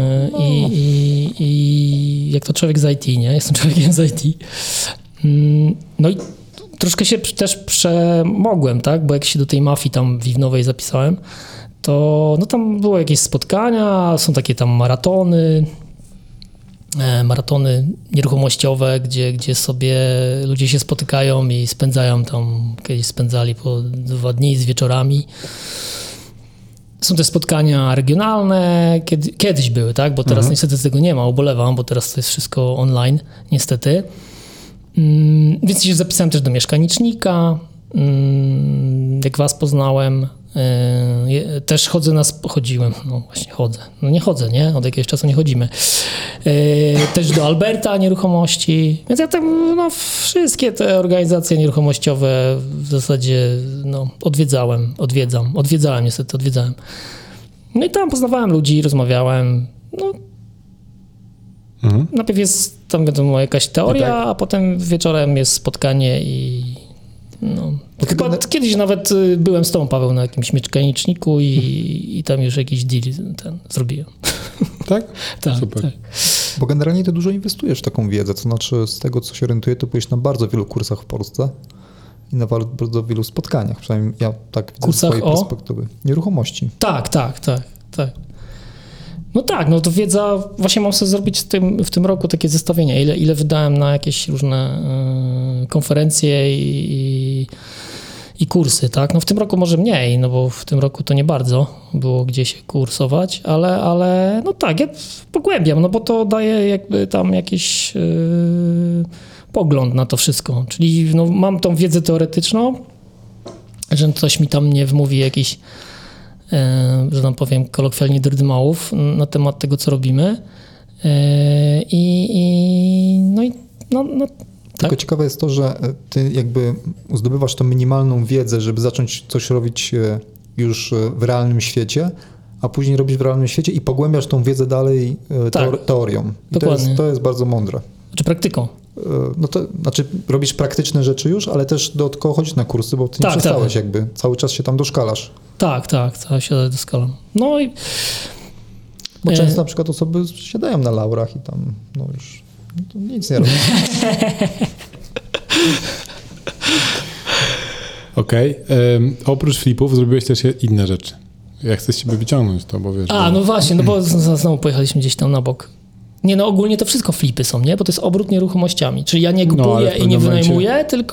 Speaker 2: I jak to człowiek z IT, nie? Jestem człowiekiem z IT. No i troszkę się też przemogłem, tak? Bo jak się do tej mafii tam wiwnowej zapisałem, to no tam było jakieś spotkania, są takie tam maratony nieruchomościowe, gdzie sobie ludzie się spotykają i spędzają tam, kiedyś spędzali po 2 dni z wieczorami. Są te spotkania regionalne, kiedyś były, tak? Bo teraz niestety tego nie ma, ubolewam, bo teraz to jest wszystko online, niestety. Więc się zapisałem też do mieszkanicznika, jak was poznałem. Też chodziłem, no właśnie chodzę. No nie chodzę, nie? Od jakiegoś czasu nie chodzimy. Też do Alberta Nieruchomości. Więc ja tam wszystkie te organizacje nieruchomościowe w zasadzie odwiedzałem. No i tam poznawałem ludzi, rozmawiałem. No, najpierw jest tam wiadomo jakaś teoria, a potem wieczorem jest spotkanie i chyba kiedyś nawet byłem z tobą, Paweł, na jakimś mieszkaniczniku i tam już jakiś deal zrobiłem.
Speaker 1: Tak?
Speaker 2: Tak,
Speaker 1: super.
Speaker 2: Tak.
Speaker 4: Bo generalnie ty dużo inwestujesz w taką wiedzę, to znaczy z tego, co się orientuję, to byłeś na bardzo wielu kursach w Polsce i na bardzo wielu spotkaniach, przynajmniej ja tak widzę z swojej perspektywy. Nieruchomości.
Speaker 2: Tak. No tak, no to wiedza, właśnie mam sobie zrobić w tym roku takie zestawienie, ile wydałem na jakieś różne konferencje i kursy, tak? No w tym roku może mniej, no bo w tym roku to nie bardzo było gdzie się kursować, ale no tak, ja pogłębiam, no bo to daje jakby tam jakiś pogląd na to wszystko, czyli no mam tą wiedzę teoretyczną, że ktoś mi tam nie wmówi jakiś że tam powiem kolokwialnie drdymałów na temat tego, co robimy.
Speaker 4: Tylko ciekawe jest to, że ty jakby zdobywasz tą minimalną wiedzę, żeby zacząć coś robić już w realnym świecie, a później robisz w realnym świecie i pogłębiasz tą wiedzę dalej teorią. I to jest bardzo mądre.
Speaker 2: Czy praktyką?
Speaker 4: No to znaczy robisz praktyczne rzeczy już, ale też dodatkowo chodzisz na kursy, bo ty nie przestałeś jakby, cały czas się tam doszkalasz.
Speaker 2: Tak, się doskalam. No i...
Speaker 4: Bo często na przykład osoby siadają na laurach i tam już nic nie robią.
Speaker 1: Okej. Oprócz flipów zrobiłeś też inne rzeczy. Ja chcę z ciebie wyciągnąć to, bo wiesz...
Speaker 2: No właśnie, no bo znowu pojechaliśmy gdzieś tam na bok. Nie, no ogólnie to wszystko flipy są, nie? Bo to jest obrót nieruchomościami. Czyli ja nie kupuję i nie wynajmuję, tylko...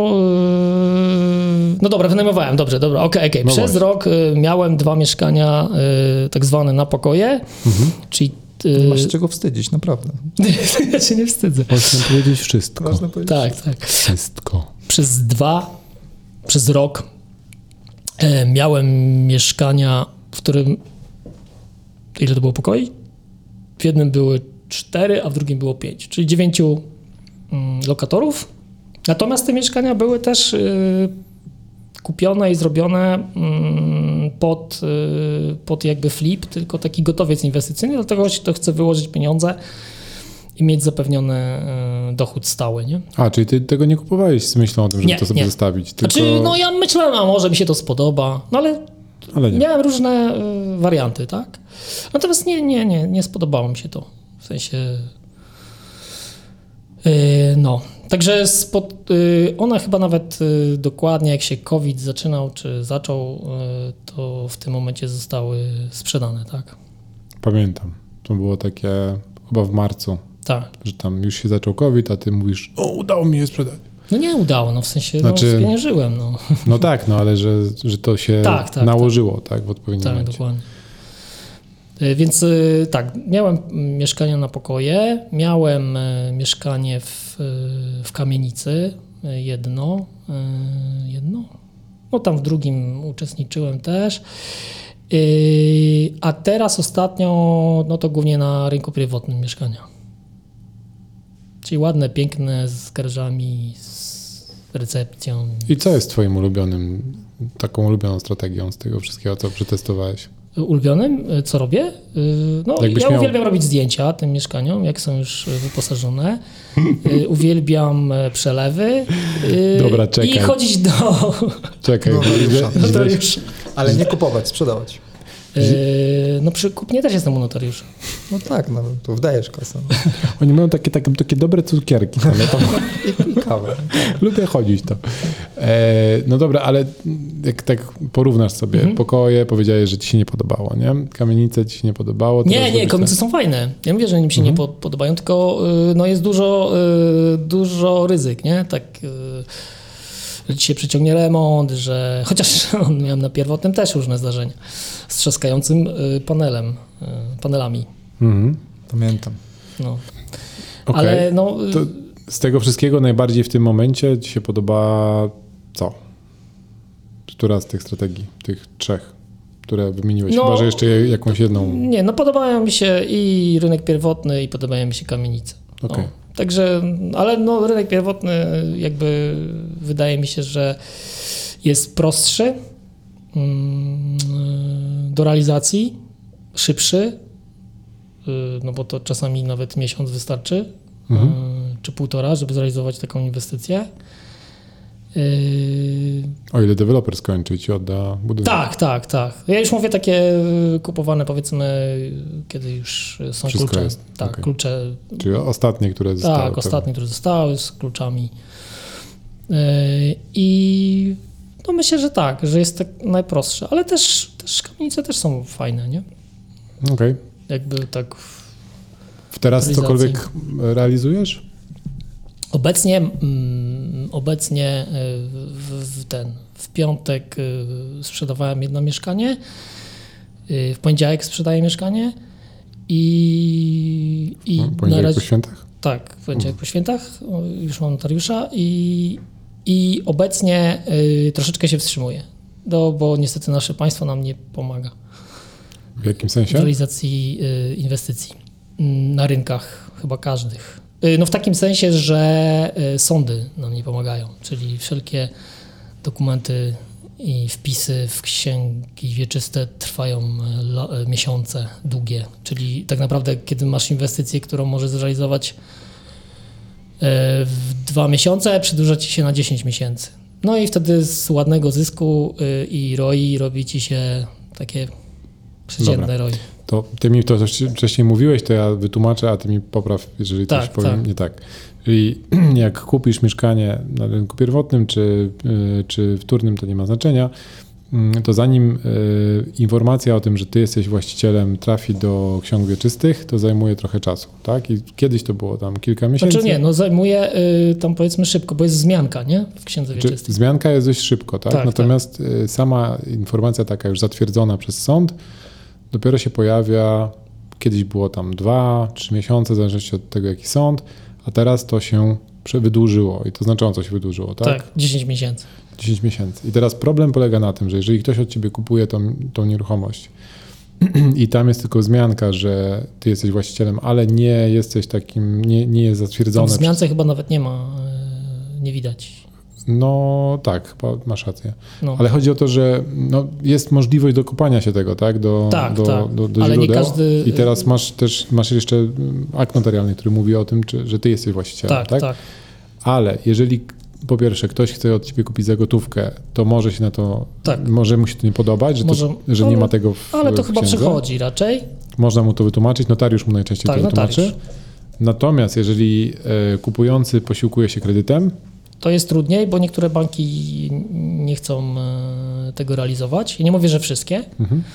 Speaker 2: No dobra, wynajmowałem, dobrze, dobra, okej.
Speaker 1: No
Speaker 2: Przez
Speaker 1: właśnie.
Speaker 2: rok miałem 2 mieszkania tak zwane na pokoje, czyli...
Speaker 4: Nie masz się czego wstydzić, naprawdę.
Speaker 2: Ja się nie wstydzę.
Speaker 1: Można powiedzieć wszystko.
Speaker 4: Można powiedzieć.
Speaker 2: Tak.
Speaker 1: Wszystko.
Speaker 2: Przez rok miałem mieszkania, w którym... Ile to było pokoi? W jednym były 4, a w drugim było 5, czyli 9 lokatorów. Natomiast te mieszkania były też kupione i zrobione pod jakby flip, tylko taki gotowiec inwestycyjny, dlatego to chcę wyłożyć pieniądze i mieć zapewniony dochód stały, nie?
Speaker 1: Czyli ty tego nie kupowałeś z myślą o tym, żeby to sobie zostawić? Tylko...
Speaker 2: Znaczy, no ja myślałem, a może mi się to spodoba, no ale
Speaker 1: nie.
Speaker 2: Miałem różne warianty, tak? Natomiast nie spodobało mi się to. W sensie... Także one chyba nawet dokładnie jak się COVID zaczynał, czy zaczął, to w tym momencie zostały sprzedane, tak?
Speaker 1: Pamiętam. To było takie chyba w marcu,
Speaker 2: Tak.
Speaker 1: że tam już się zaczął COVID, a ty mówisz, udało mi je sprzedać.
Speaker 2: No nie udało, w sensie spieniężyłem,
Speaker 1: No tak, ale że to się nałożyło, tak, w odpowiednim momencie.
Speaker 2: Tak, dokładnie. Więc tak, miałem mieszkania na pokoje, miałem mieszkanie w kamienicy, jedno, no tam w drugim uczestniczyłem też, a teraz ostatnio, no to głównie na rynku pierwotnym mieszkania. Czyli ładne, piękne, z garażami, z recepcją.
Speaker 1: I co jest twoim taką ulubioną strategią z tego wszystkiego, co przetestowałeś?
Speaker 2: Ulubionym, co robię? No, uwielbiam robić zdjęcia tym mieszkaniom, jak są już wyposażone. Uwielbiam przelewy.
Speaker 1: Dobra, czekaj.
Speaker 2: I chodzić do...
Speaker 1: Czekaj.
Speaker 2: Notariusza.
Speaker 4: Ale nie kupować, sprzedawać.
Speaker 2: Przy kupnie też jestem u notariusza.
Speaker 4: No tak, to wdajesz kasę.
Speaker 1: Oni mają takie dobre cukierki.
Speaker 4: I kawę.
Speaker 1: Lubię chodzić to. No dobra, ale jak tak porównasz sobie pokoje, powiedziałeś, że ci się nie podobało, nie? Kamienice ci się nie podobało.
Speaker 2: Nie, kamienice są fajne. Ja mówię, że mi się nie podobają, tylko jest dużo ryzyk, nie? Tak... że ci się przeciągnie remont, że... Chociaż miałem na pierwotnym też różne zdarzenia z trzaskającym panelami.
Speaker 4: Pamiętam.
Speaker 2: No.
Speaker 1: Okay.
Speaker 2: Ale
Speaker 1: to z tego wszystkiego najbardziej w tym momencie ci się podoba co? Która z tych strategii, tych 3, które wymieniłeś? Chyba, że jeszcze jakąś jedną...
Speaker 2: Nie, podobają mi się i rynek pierwotny, i podobają mi się kamienice.
Speaker 1: Okay.
Speaker 2: Także, ale rynek pierwotny jakby wydaje mi się, że jest prostszy do realizacji, szybszy, bo to czasami nawet miesiąc wystarczy, czy 1,5, żeby zrealizować taką inwestycję.
Speaker 1: O ile deweloper skończy i ci odda budynek.
Speaker 2: Tak. Ja już mówię takie kupowane, powiedzmy, kiedy już są
Speaker 1: wszystko
Speaker 2: klucze.
Speaker 1: jest.
Speaker 2: Tak,
Speaker 1: Okay.
Speaker 2: klucze.
Speaker 1: Czyli ostatnie, które zostały.
Speaker 2: Tak, ostatnie, które zostały z kluczami. I myślę, że tak, że jest tak najprostsze, ale też kamienice też są fajne, nie?
Speaker 1: Okej.
Speaker 2: Jakby tak...
Speaker 1: Teraz cokolwiek realizujesz?
Speaker 2: Obecnie w piątek sprzedawałem jedno mieszkanie, w poniedziałek sprzedaję mieszkanie i
Speaker 1: poniedziałek
Speaker 2: na razie,
Speaker 1: po świętach?
Speaker 2: Tak, w poniedziałek po świętach, już mam notariusza i obecnie troszeczkę się wstrzymuję, bo niestety nasze państwo nam nie pomaga.
Speaker 1: W jakim sensie?
Speaker 2: W realizacji inwestycji na rynkach chyba każdych. W takim sensie, że sądy nam nie pomagają, czyli wszelkie dokumenty i wpisy w księgi wieczyste trwają miesiące długie, czyli tak naprawdę kiedy masz inwestycję, którą możesz zrealizować w 2 miesiące, przedłuża ci się na 10 miesięcy. No i wtedy z ładnego zysku i ROI robi ci się takie przeciętne ROI.
Speaker 1: To ty mi to wcześniej mówiłeś, to ja wytłumaczę, a ty mi popraw, jeżeli coś powiem nie tak. Czyli jak kupisz mieszkanie na rynku pierwotnym czy wtórnym, to nie ma znaczenia, to zanim informacja o tym, że ty jesteś właścicielem, trafi do ksiąg wieczystych, to zajmuje trochę czasu, tak? I kiedyś to było tam kilka miesięcy.
Speaker 2: Znaczy nie, no zajmuje tam powiedzmy szybko, bo jest zmianka, nie? W księdze wieczystej.
Speaker 1: Zmianka jest dość szybko, tak?
Speaker 2: Tak,
Speaker 1: Natomiast sama informacja taka już zatwierdzona przez sąd dopiero się pojawia, kiedyś było tam 2-3 miesiące, w zależności od tego, jaki sąd, a teraz to się wydłużyło i to znacząco się wydłużyło, tak?
Speaker 2: Tak, 10 miesięcy.
Speaker 1: 10 miesięcy. I teraz problem polega na tym, że jeżeli ktoś od ciebie kupuje tą nieruchomość i tam jest tylko wzmianka, że ty jesteś właścicielem, ale nie jesteś takim, nie jest
Speaker 2: Tam
Speaker 1: zatwierdzone.
Speaker 2: w zmiance chyba nawet nie ma, nie widać.
Speaker 1: No tak, chyba masz rację.
Speaker 2: No.
Speaker 1: Ale chodzi o to, że no, jest możliwość dokopania się tego, tak? Do
Speaker 2: Ale nie
Speaker 1: źródeł.
Speaker 2: każdy-
Speaker 1: I teraz masz jeszcze akt notarialny, który mówi o tym, że ty jesteś właścicielem, tak?
Speaker 2: Tak.
Speaker 1: Ale jeżeli po pierwsze ktoś chce od ciebie kupić za gotówkę, to może się na to,
Speaker 2: Tak.
Speaker 1: może mu się to nie podobać, że,
Speaker 2: Może-
Speaker 1: że nie ma tego w
Speaker 2: Ale to
Speaker 1: w
Speaker 2: chyba
Speaker 1: księdze.
Speaker 2: przychodzi raczej.
Speaker 1: Można mu to wytłumaczyć, notariusz mu najczęściej
Speaker 2: Tak,
Speaker 1: to wytłumaczy.
Speaker 2: notariusz.
Speaker 1: Natomiast jeżeli kupujący posiłkuje się kredytem,
Speaker 2: To jest trudniej, bo niektóre banki nie chcą tego realizować. I nie mówię, że wszystkie.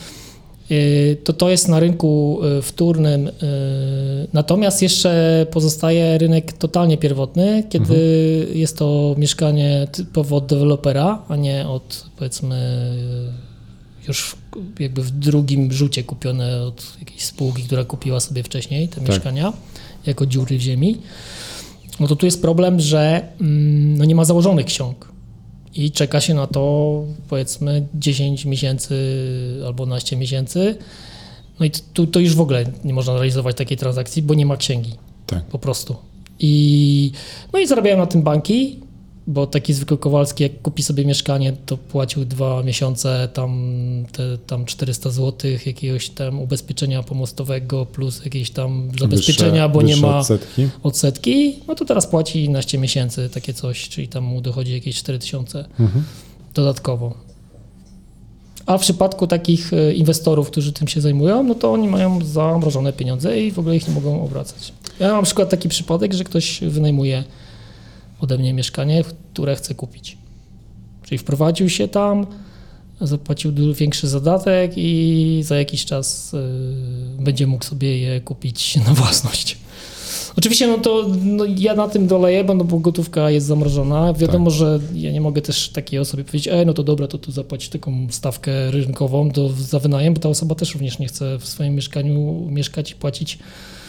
Speaker 2: To jest na rynku wtórnym. Natomiast jeszcze pozostaje rynek totalnie pierwotny, kiedy jest to mieszkanie typowo od dewelopera, a nie od, powiedzmy, już jakby w drugim rzucie kupione od jakiejś spółki, która kupiła sobie wcześniej te mieszkania jako dziury w ziemi. No to tu jest problem, że no nie ma założonych ksiąg i czeka się na to powiedzmy 10 miesięcy albo 12 miesięcy. No i to już w ogóle nie można realizować takiej transakcji, bo nie ma księgi
Speaker 1: tak.
Speaker 2: po prostu. No i zarabiają na tym banki, bo taki zwykły Kowalski jak kupi sobie mieszkanie, to płacił 2 miesiące tam 400 zł jakiegoś tam ubezpieczenia pomostowego plus jakieś tam zabezpieczenia, bo nie ma odsetki. No to teraz płaci 11 miesięcy takie coś, czyli tam mu dochodzi jakieś 4000 dodatkowo. A w przypadku takich inwestorów, którzy tym się zajmują, no to oni mają zamrożone pieniądze i w ogóle ich nie mogą obracać. Ja mam na przykład taki przypadek, że ktoś wynajmuje ode mnie mieszkanie, które chce kupić. Czyli wprowadził się tam, zapłacił większy zadatek i za jakiś czas będzie mógł sobie je kupić na własność. Oczywiście ja na tym doleję, bo gotówka jest zamrożona. Wiadomo, że ja nie mogę też takiej osobie powiedzieć, no to dobra, to tu zapłać taką stawkę rynkową za wynajem, bo ta osoba też również nie chce w swoim mieszkaniu mieszkać i płacić.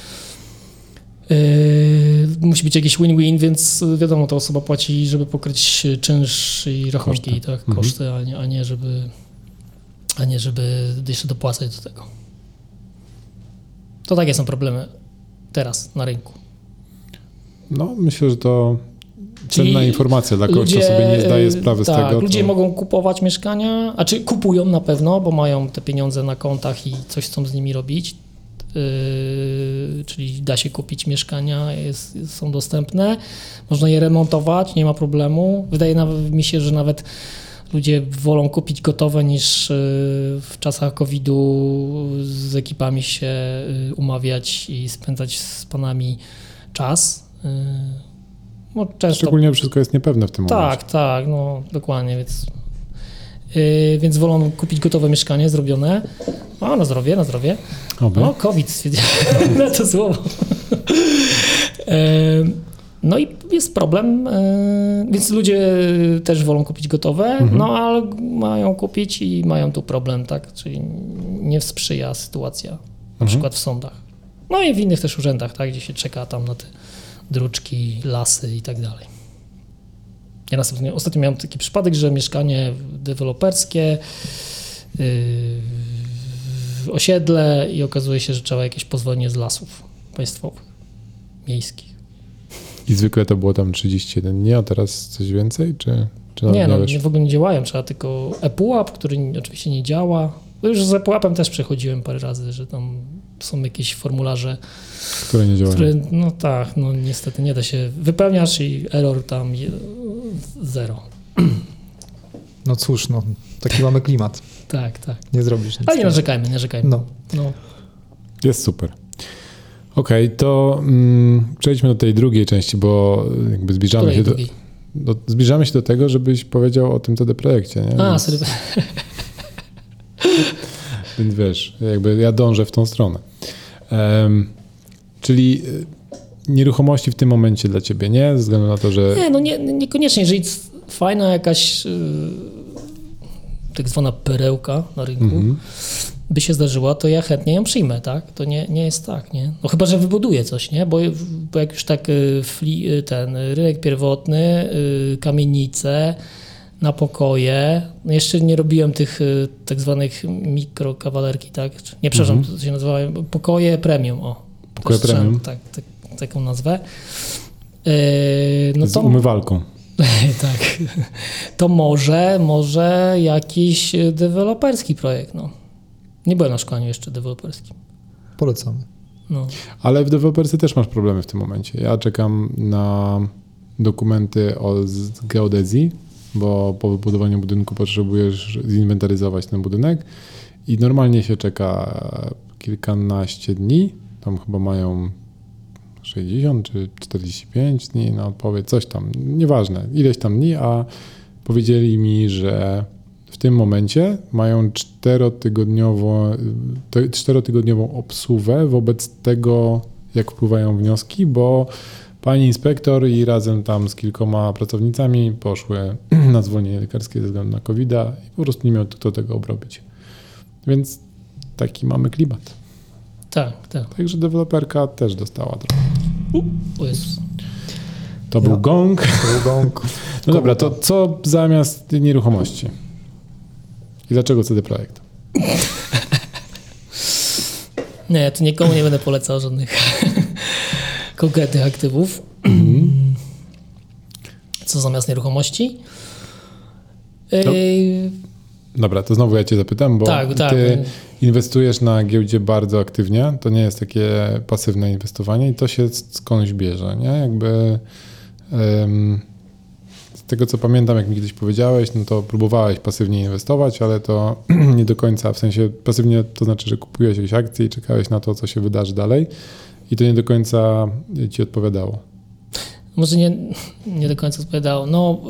Speaker 2: Musi być jakiś win-win, więc wiadomo, ta osoba płaci, żeby pokryć czynsz i rachunki, tak, koszty, a nie żeby jeszcze dopłacać do tego. To takie są problemy teraz na rynku.
Speaker 1: No, myślę, że to cenna informacja dla kogoś, kto sobie nie zdaje sprawy z tego.
Speaker 2: Ludzie mogą kupować mieszkania, kupują na pewno, bo mają te pieniądze na kontach i coś chcą z nimi robić. Czyli da się kupić mieszkania, są dostępne, można je remontować, nie ma problemu. Wydaje mi się, że nawet ludzie wolą kupić gotowe niż w czasach COVID-u z ekipami się umawiać i spędzać z panami czas. No, często...
Speaker 1: Szczególnie wszystko jest niepewne w tym momencie.
Speaker 2: Tak, no dokładnie, więc wolą kupić gotowe mieszkanie zrobione. Na zdrowie.
Speaker 1: Oby.
Speaker 2: No, COVID stwierdziłem na to słowo. No i jest problem, więc ludzie też wolą kupić gotowe, no ale mają kupić i mają tu problem, tak? Czyli nie sprzyja sytuacja, na przykład w sądach. No i w innych też urzędach, tak? Gdzie się czeka tam na te druczki, lasy i tak dalej. Ja ostatnio miałem taki przypadek, że mieszkanie deweloperskie w osiedle i okazuje się, że trzeba jakieś pozwolenie z lasów państwowych, miejskich.
Speaker 1: I zwykle to było tam 31 dni, a teraz coś więcej, czy
Speaker 2: nie, w ogóle nie działają, trzeba tylko ePUAP, który oczywiście nie działa. Już z ePUAP-em też przechodziłem parę razy, że tam są jakieś formularze,
Speaker 1: które nie działają.
Speaker 2: Niestety nie da się, wypełniasz i error tam 0.
Speaker 4: No cóż, taki mamy klimat.
Speaker 2: Tak.
Speaker 4: Nie zrobisz nic.
Speaker 2: Ale nie narzekajmy. No.
Speaker 1: Jest super. Okej, to przejdźmy do tej drugiej części, bo jakby zbliżamy się do tego, żebyś powiedział o tym CD Projekcie. Nie?
Speaker 2: Sorry.
Speaker 1: Więc wiesz, jakby ja dążę w tą stronę. Czyli nieruchomości w tym momencie dla ciebie nie? Ze względu na to, że...
Speaker 2: Nie, no niekoniecznie. Jeżeli fajna jakaś tak zwana perełka na rynku by się zdarzyła, to ja chętnie ją przyjmę, tak? To nie jest tak, nie? No chyba, że wybuduję coś, nie? Bo jak już tak ten rynek pierwotny, kamienice, na pokoje, no jeszcze nie robiłem tych tak zwanych mikrokawalerki, tak? Nie, przepraszam, to się nazywa pokoje premium, o.
Speaker 1: Pokoje premium?
Speaker 2: Tak, taką nazwę.
Speaker 1: No z umywalką.
Speaker 2: Tak. To może jakiś deweloperski projekt, no. Nie byłem na szkoleniu jeszcze deweloperskim.
Speaker 4: Polecamy.
Speaker 2: No.
Speaker 1: Ale w deweloperce też masz problemy w tym momencie. Ja czekam na dokumenty z geodezji, bo po wybudowaniu budynku potrzebujesz zinwentaryzować ten budynek i normalnie się czeka kilkanaście dni. Tam chyba mają 60 czy 45 dni na odpowiedź, coś tam, nieważne, ileś tam dni, a powiedzieli mi, że w tym momencie mają 4-tygodniową obsługę wobec tego, jak wpływają wnioski, bo pani inspektor i razem tam z kilkoma pracownicami poszły na zwolnienie lekarskie ze względu na COVID-a i po prostu nie miał kto tego obrobić. Więc taki mamy klimat.
Speaker 2: Tak.
Speaker 1: Także deweloperka też dostała trochę.
Speaker 2: O Jezus.
Speaker 1: To był gong.
Speaker 4: Gong.
Speaker 1: No dobra, to co zamiast nieruchomości? I dlaczego CD Projekt?
Speaker 2: Nie, to nikomu nie będę polecał żadnych konkretnych aktywów. Co zamiast nieruchomości?
Speaker 1: Dobra, to znowu ja cię zapytam, bo ty inwestujesz na giełdzie bardzo aktywnie, to nie jest takie pasywne inwestowanie i to się skądś bierze, nie? Jakby z tego co pamiętam, jak mi kiedyś powiedziałeś, no to próbowałeś pasywnie inwestować, ale to nie do końca, w sensie pasywnie to znaczy, że kupujesz jakieś akcje i czekałeś na to, co się wydarzy dalej i to nie do końca ci odpowiadało.
Speaker 2: Może nie do końca odpowiadało. No,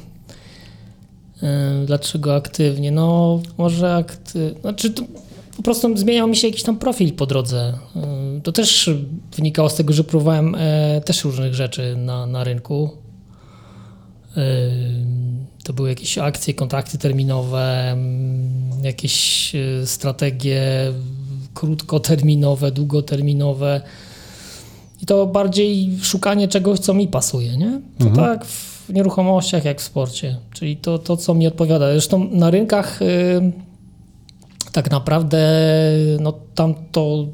Speaker 2: dlaczego aktywnie? No, może znaczy to po prostu zmieniał mi się jakiś tam profil po drodze. To też wynikało z tego, że próbowałem też różnych rzeczy na rynku. To były jakieś akcje, kontrakty terminowe, jakieś strategie krótkoterminowe, długoterminowe. I to bardziej szukanie czegoś, co mi pasuje, nie? To tak w nieruchomościach, jak w sporcie. Czyli to, co mi odpowiada. Zresztą na rynkach tak naprawdę, no tam to...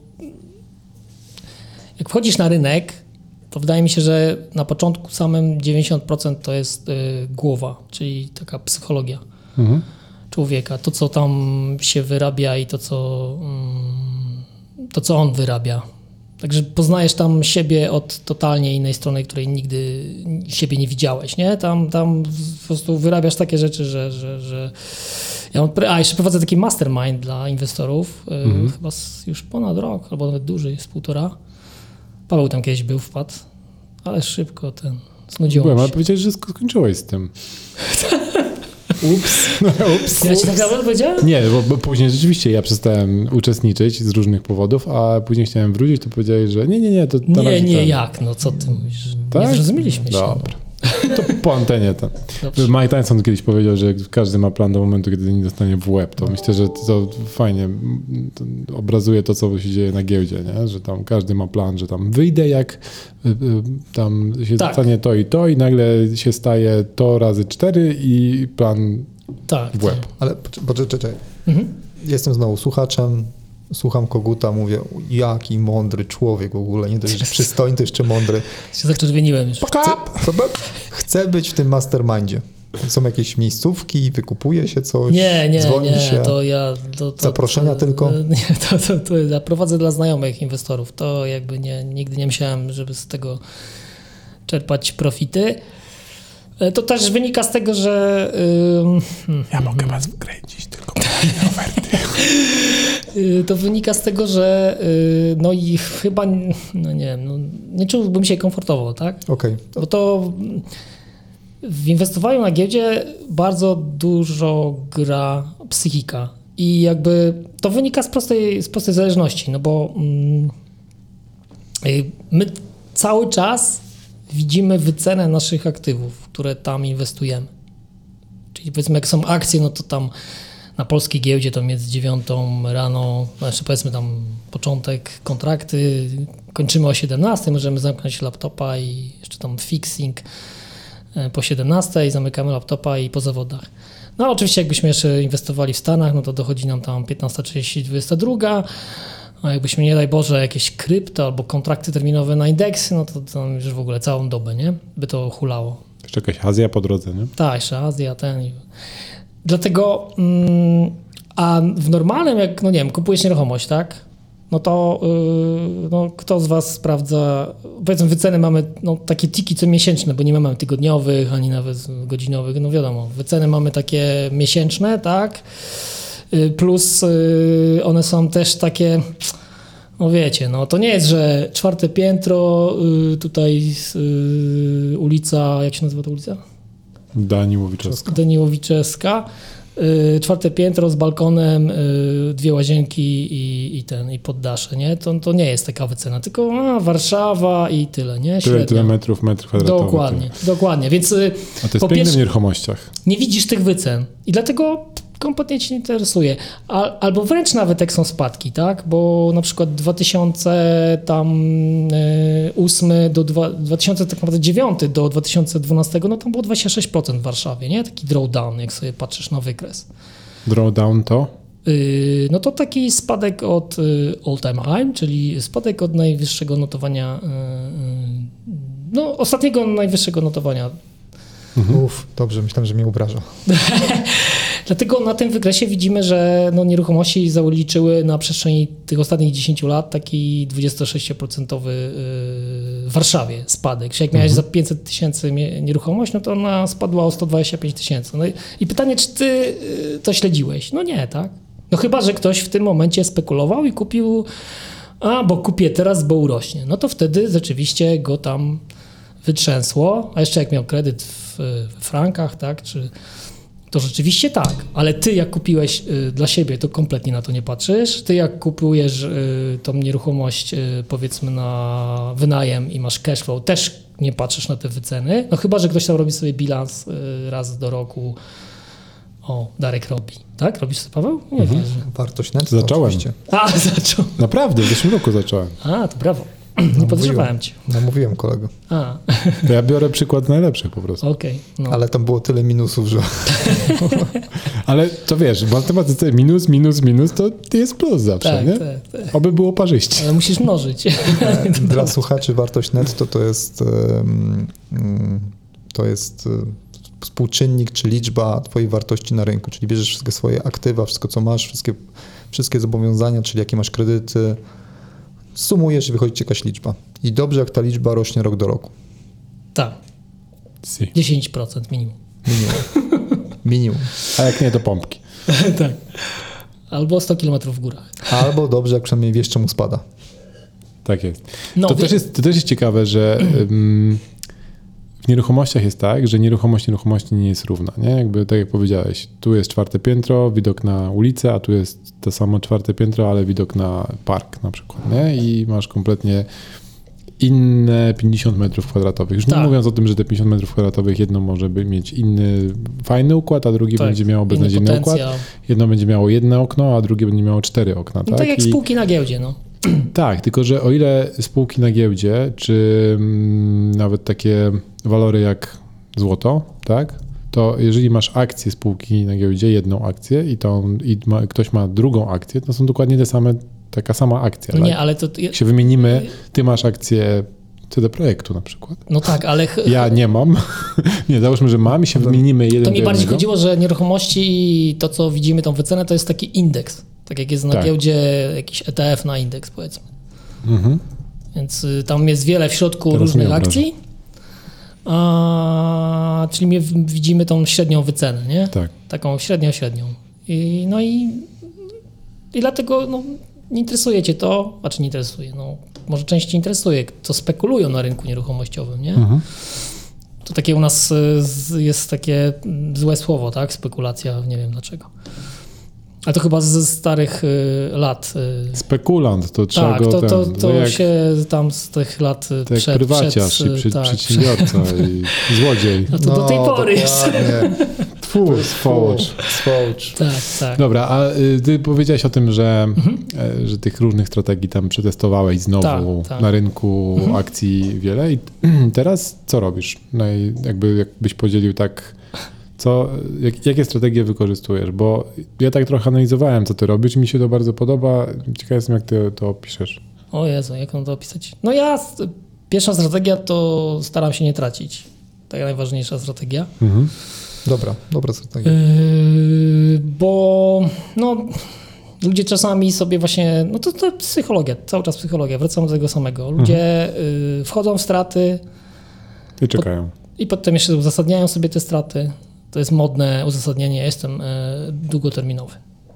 Speaker 2: Jak wchodzisz na rynek, to wydaje mi się, że na początku samym 90% to jest głowa, czyli taka psychologia człowieka. To, co tam się wyrabia i to, co on wyrabia. Także poznajesz tam siebie od totalnie innej strony, której nigdy siebie nie widziałeś, nie? Tam po prostu wyrabiasz takie rzeczy, że... jeszcze prowadzę taki mastermind dla inwestorów, chyba już ponad rok, albo nawet dłużej, z 1,5. Paweł tam kiedyś wpadł, ale szybko znudziło
Speaker 1: Byłem,
Speaker 2: się.
Speaker 1: ale powiedziałeś, że skończyłeś z tym. Ups.
Speaker 2: Ja ci tak naprawdę powiedziałem?
Speaker 1: Nie, bo później rzeczywiście ja przestałem uczestniczyć z różnych powodów, a później chciałem wrócić, to powiedziałeś, że nie, to...
Speaker 2: Jak? No co ty mówisz?
Speaker 1: Tak?
Speaker 2: Nie zrozumieliśmy się.
Speaker 1: Dobra. To po antenie to.
Speaker 2: Dobrze.
Speaker 1: Mike Tyson kiedyś powiedział, że każdy ma plan do momentu, kiedy nie dostanie w łeb. To myślę, że to fajnie obrazuje to, co się dzieje na giełdzie, nie? Że tam każdy ma plan, że tam wyjdę, jak tam się stanie to i nagle się staje to razy 4 i plan w łeb.
Speaker 4: Ale poczekaj. Jestem znowu słuchaczem, słucham Koguta, mówię, jaki mądry człowiek w ogóle, nie dość, że przystojny, to jeszcze mądry.
Speaker 2: Się zaczerwieniłem już.
Speaker 4: Chcę być w tym mastermindzie. Są jakieś miejscówki, wykupuje się coś, dzwoni się, zaproszenia tylko?
Speaker 2: Nie, to ja prowadzę dla znajomych inwestorów, to jakby nigdy nie myślałem, żeby z tego czerpać profity. To też wynika z tego, że...
Speaker 1: Ja mogę was wkręcić, tylko oferty.
Speaker 2: To wynika z tego, że no i chyba, no nie wiem, nie czułbym się komfortowo, tak?
Speaker 4: Okej.
Speaker 2: Bo to w inwestowaniu na giełdzie bardzo dużo gra psychika I jakby to wynika z prostej zależności, no bo my cały czas widzimy wycenę naszych aktywów, które tam inwestujemy. Czyli powiedzmy, jak są akcje, no to tam na polskiej giełdzie to jest 9 rano, znaczy powiedzmy tam początek, kontrakty, kończymy o 17, możemy zamknąć laptopa i jeszcze tam fixing po 17 i zamykamy laptopa i po zawodach. No ale oczywiście jakbyśmy jeszcze inwestowali w Stanach, no to dochodzi nam tam 15:30, 22, a jakbyśmy nie daj Boże jakieś krypto albo kontrakty terminowe na indeksy, no to tam już w ogóle całą dobę, nie? By to hulało.
Speaker 1: Jeszcze jakaś Azja po drodze, nie?
Speaker 2: Tak, jeszcze Azja, Dlatego, a w normalnym, jak, no nie wiem, kupujesz nieruchomość, tak? No to no, kto z was sprawdza, powiedzmy wyceny mamy no, takie tiki co miesięczne, bo nie mamy tygodniowych, ani nawet godzinowych, no wiadomo, wyceny mamy takie miesięczne, tak? Plus one są też takie, no wiecie, no to nie jest, że 4. piętro, tutaj ulica, jak się nazywa ta ulica? Daniłowiczewska. 4. piętro z balkonem, 2 łazienki i poddasze, nie? To nie jest taka wycena, tylko Warszawa i tyle, nie?
Speaker 1: Tyle metrów kwadratowych.
Speaker 2: Dokładnie, więc
Speaker 1: a to jest piękne w nieruchomościach.
Speaker 2: Nie widzisz tych wycen i dlatego kompletnie cię nie interesuje. Albo wręcz nawet jak są spadki, tak? Bo na przykład 2008 do 2009 do 2012, no tam było 26% w Warszawie, nie? Taki drawdown, jak sobie patrzysz na wykres. Drawdown
Speaker 1: to?
Speaker 2: No to taki spadek od all time high, czyli spadek od najwyższego notowania, no ostatniego najwyższego notowania.
Speaker 4: Dobrze, myślałem, że mnie obraża.
Speaker 2: Dlatego na tym wykresie widzimy, że no, nieruchomości zaliczyły na przestrzeni tych ostatnich 10 lat taki 26% w Warszawie spadek. Czyli jak miałeś za 500 tysięcy nieruchomość, no to ona spadła o 125 tysięcy. No i pytanie, czy ty to śledziłeś? No nie, tak? No chyba, że ktoś w tym momencie spekulował i kupił, bo kupię teraz, bo urośnie. No to wtedy rzeczywiście go tam wytrzęsło, a jeszcze jak miał kredyt w frankach, tak, czy to rzeczywiście tak, ale ty jak kupiłeś dla siebie, to kompletnie na to nie patrzysz. Ty jak kupujesz tą nieruchomość powiedzmy na wynajem i masz cash flow, też nie patrzysz na te wyceny. No chyba, że ktoś tam robi sobie bilans raz do roku. O, Darek robi. Tak? Robisz to, Paweł? Nie wiem.
Speaker 4: Wartość netto.
Speaker 1: Zacząłem.
Speaker 4: Oczywiście.
Speaker 2: Zaczął.
Speaker 1: Naprawdę, w zeszłym roku zacząłem.
Speaker 2: To brawo. Nie podejrzewałem cię.
Speaker 4: Mówiłem kolego.
Speaker 1: To ja biorę przykład z najlepszych po prostu.
Speaker 2: Okej. No.
Speaker 4: Ale tam było tyle minusów, że...
Speaker 1: Ale to wiesz, w matematyce minus, to jest plus zawsze,
Speaker 2: tak,
Speaker 1: nie?
Speaker 2: Tak.
Speaker 1: Oby było parzyście.
Speaker 2: Ale musisz mnożyć.
Speaker 4: Dla słuchaczy wartość netto to jest współczynnik czy liczba twojej wartości na rynku, czyli bierzesz wszystkie swoje aktywa, wszystko co masz, wszystkie zobowiązania, czyli jakie masz kredyty, sumujesz i wychodzi ci jakaś liczba. I dobrze, jak ta liczba rośnie rok do roku.
Speaker 2: Tak. 10% minimum.
Speaker 4: Minimum.
Speaker 1: A jak nie, to pompki.
Speaker 2: Tak. Albo 100 km w górach.
Speaker 4: Albo dobrze, jak przynajmniej wiesz, czemu spada.
Speaker 1: Tak jest.
Speaker 2: No,
Speaker 1: to też jest ciekawe, że w nieruchomościach jest tak, że nieruchomość nieruchomości nie jest równa, nie? Jakby tak jak powiedziałeś, tu jest 4. piętro, widok na ulicę, a tu jest to samo 4. piętro, ale widok na park na przykład, nie? I masz kompletnie inne 50 metrów kwadratowych. Już nie mówiąc o tym, że te 50 metrów kwadratowych jedno może mieć inny fajny układ, a drugi będzie miało beznadziejny układ. Jedno będzie miało jedno okno, a drugie będzie miało 4 okna.
Speaker 2: No tak jak spółki na giełdzie, no.
Speaker 1: Tak, tylko że o ile spółki na giełdzie, czy nawet takie walory jak złoto, tak, to jeżeli masz akcję spółki na giełdzie, jedną akcję ktoś ma drugą akcję, to są dokładnie taka sama akcja.
Speaker 2: No
Speaker 1: tak?
Speaker 2: nie, ale to...
Speaker 1: Jak się wymienimy, ty masz akcję CD Projektu na przykład.
Speaker 2: No tak, ale...
Speaker 1: Ja nie mam. Nie, załóżmy, że mam i się wymienimy jeden do
Speaker 2: To mi bardziej
Speaker 1: jednego.
Speaker 2: chodziło, że nieruchomości i to, co widzimy, tą wycenę, to jest taki indeks. Tak jak jest na giełdzie jakiś ETF na indeks, powiedzmy. Więc tam jest wiele w środku różnych akcji. Czyli my widzimy tą średnią wycenę, nie?
Speaker 1: Tak.
Speaker 2: Taką średnią. I dlatego nie interesuje cię to, nie interesuje, może część interesuje, co spekulują na rynku nieruchomościowym, nie? To takie u nas jest takie złe słowo, tak? Spekulacja, nie wiem dlaczego. A to chyba ze starych lat.
Speaker 1: Spekulant, to trzeba
Speaker 2: Tak,
Speaker 1: go...
Speaker 2: to
Speaker 1: jak,
Speaker 2: się tam z tych lat
Speaker 1: to jak prywaciarz i
Speaker 2: tak,
Speaker 1: przedsiębiorca i złodziej.
Speaker 2: A to do tej pory jeszcze.
Speaker 1: Tfu, swołocz.
Speaker 2: Tak.
Speaker 1: Dobra, a ty powiedziałeś o tym, że tych różnych strategii tam przetestowałeś znowu
Speaker 2: Tak.
Speaker 1: na rynku akcji wiele i teraz co robisz? Jakbyś podzielił tak, jakie strategie wykorzystujesz? Bo ja tak trochę analizowałem, co ty robisz i mi się to bardzo podoba. Ciekaw jestem, jak ty to opiszesz.
Speaker 2: O Jezu, jak mam to opisać? No pierwsza strategia to staram się nie tracić. Taka najważniejsza strategia.
Speaker 4: Dobra strategia.
Speaker 2: Bo ludzie czasami sobie właśnie, to psychologia, cały czas psychologia, wracam do tego samego. Ludzie wchodzą w straty
Speaker 1: I czekają.
Speaker 2: i potem jeszcze uzasadniają sobie te straty. To jest modne uzasadnienie, ja jestem długoterminowy.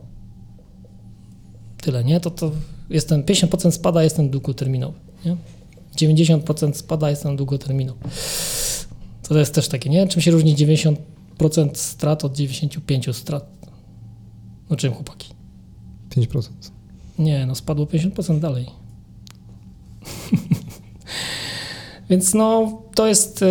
Speaker 2: Tyle, nie? To jestem 50% spada, jestem długoterminowy. Nie? 90% spada, jestem długoterminowy. To jest też takie, nie? Czym się różni 90% strat od 95% strat? No czym, chłopaki?
Speaker 4: 5%.
Speaker 2: Nie, spadło 50% dalej. Więc to jest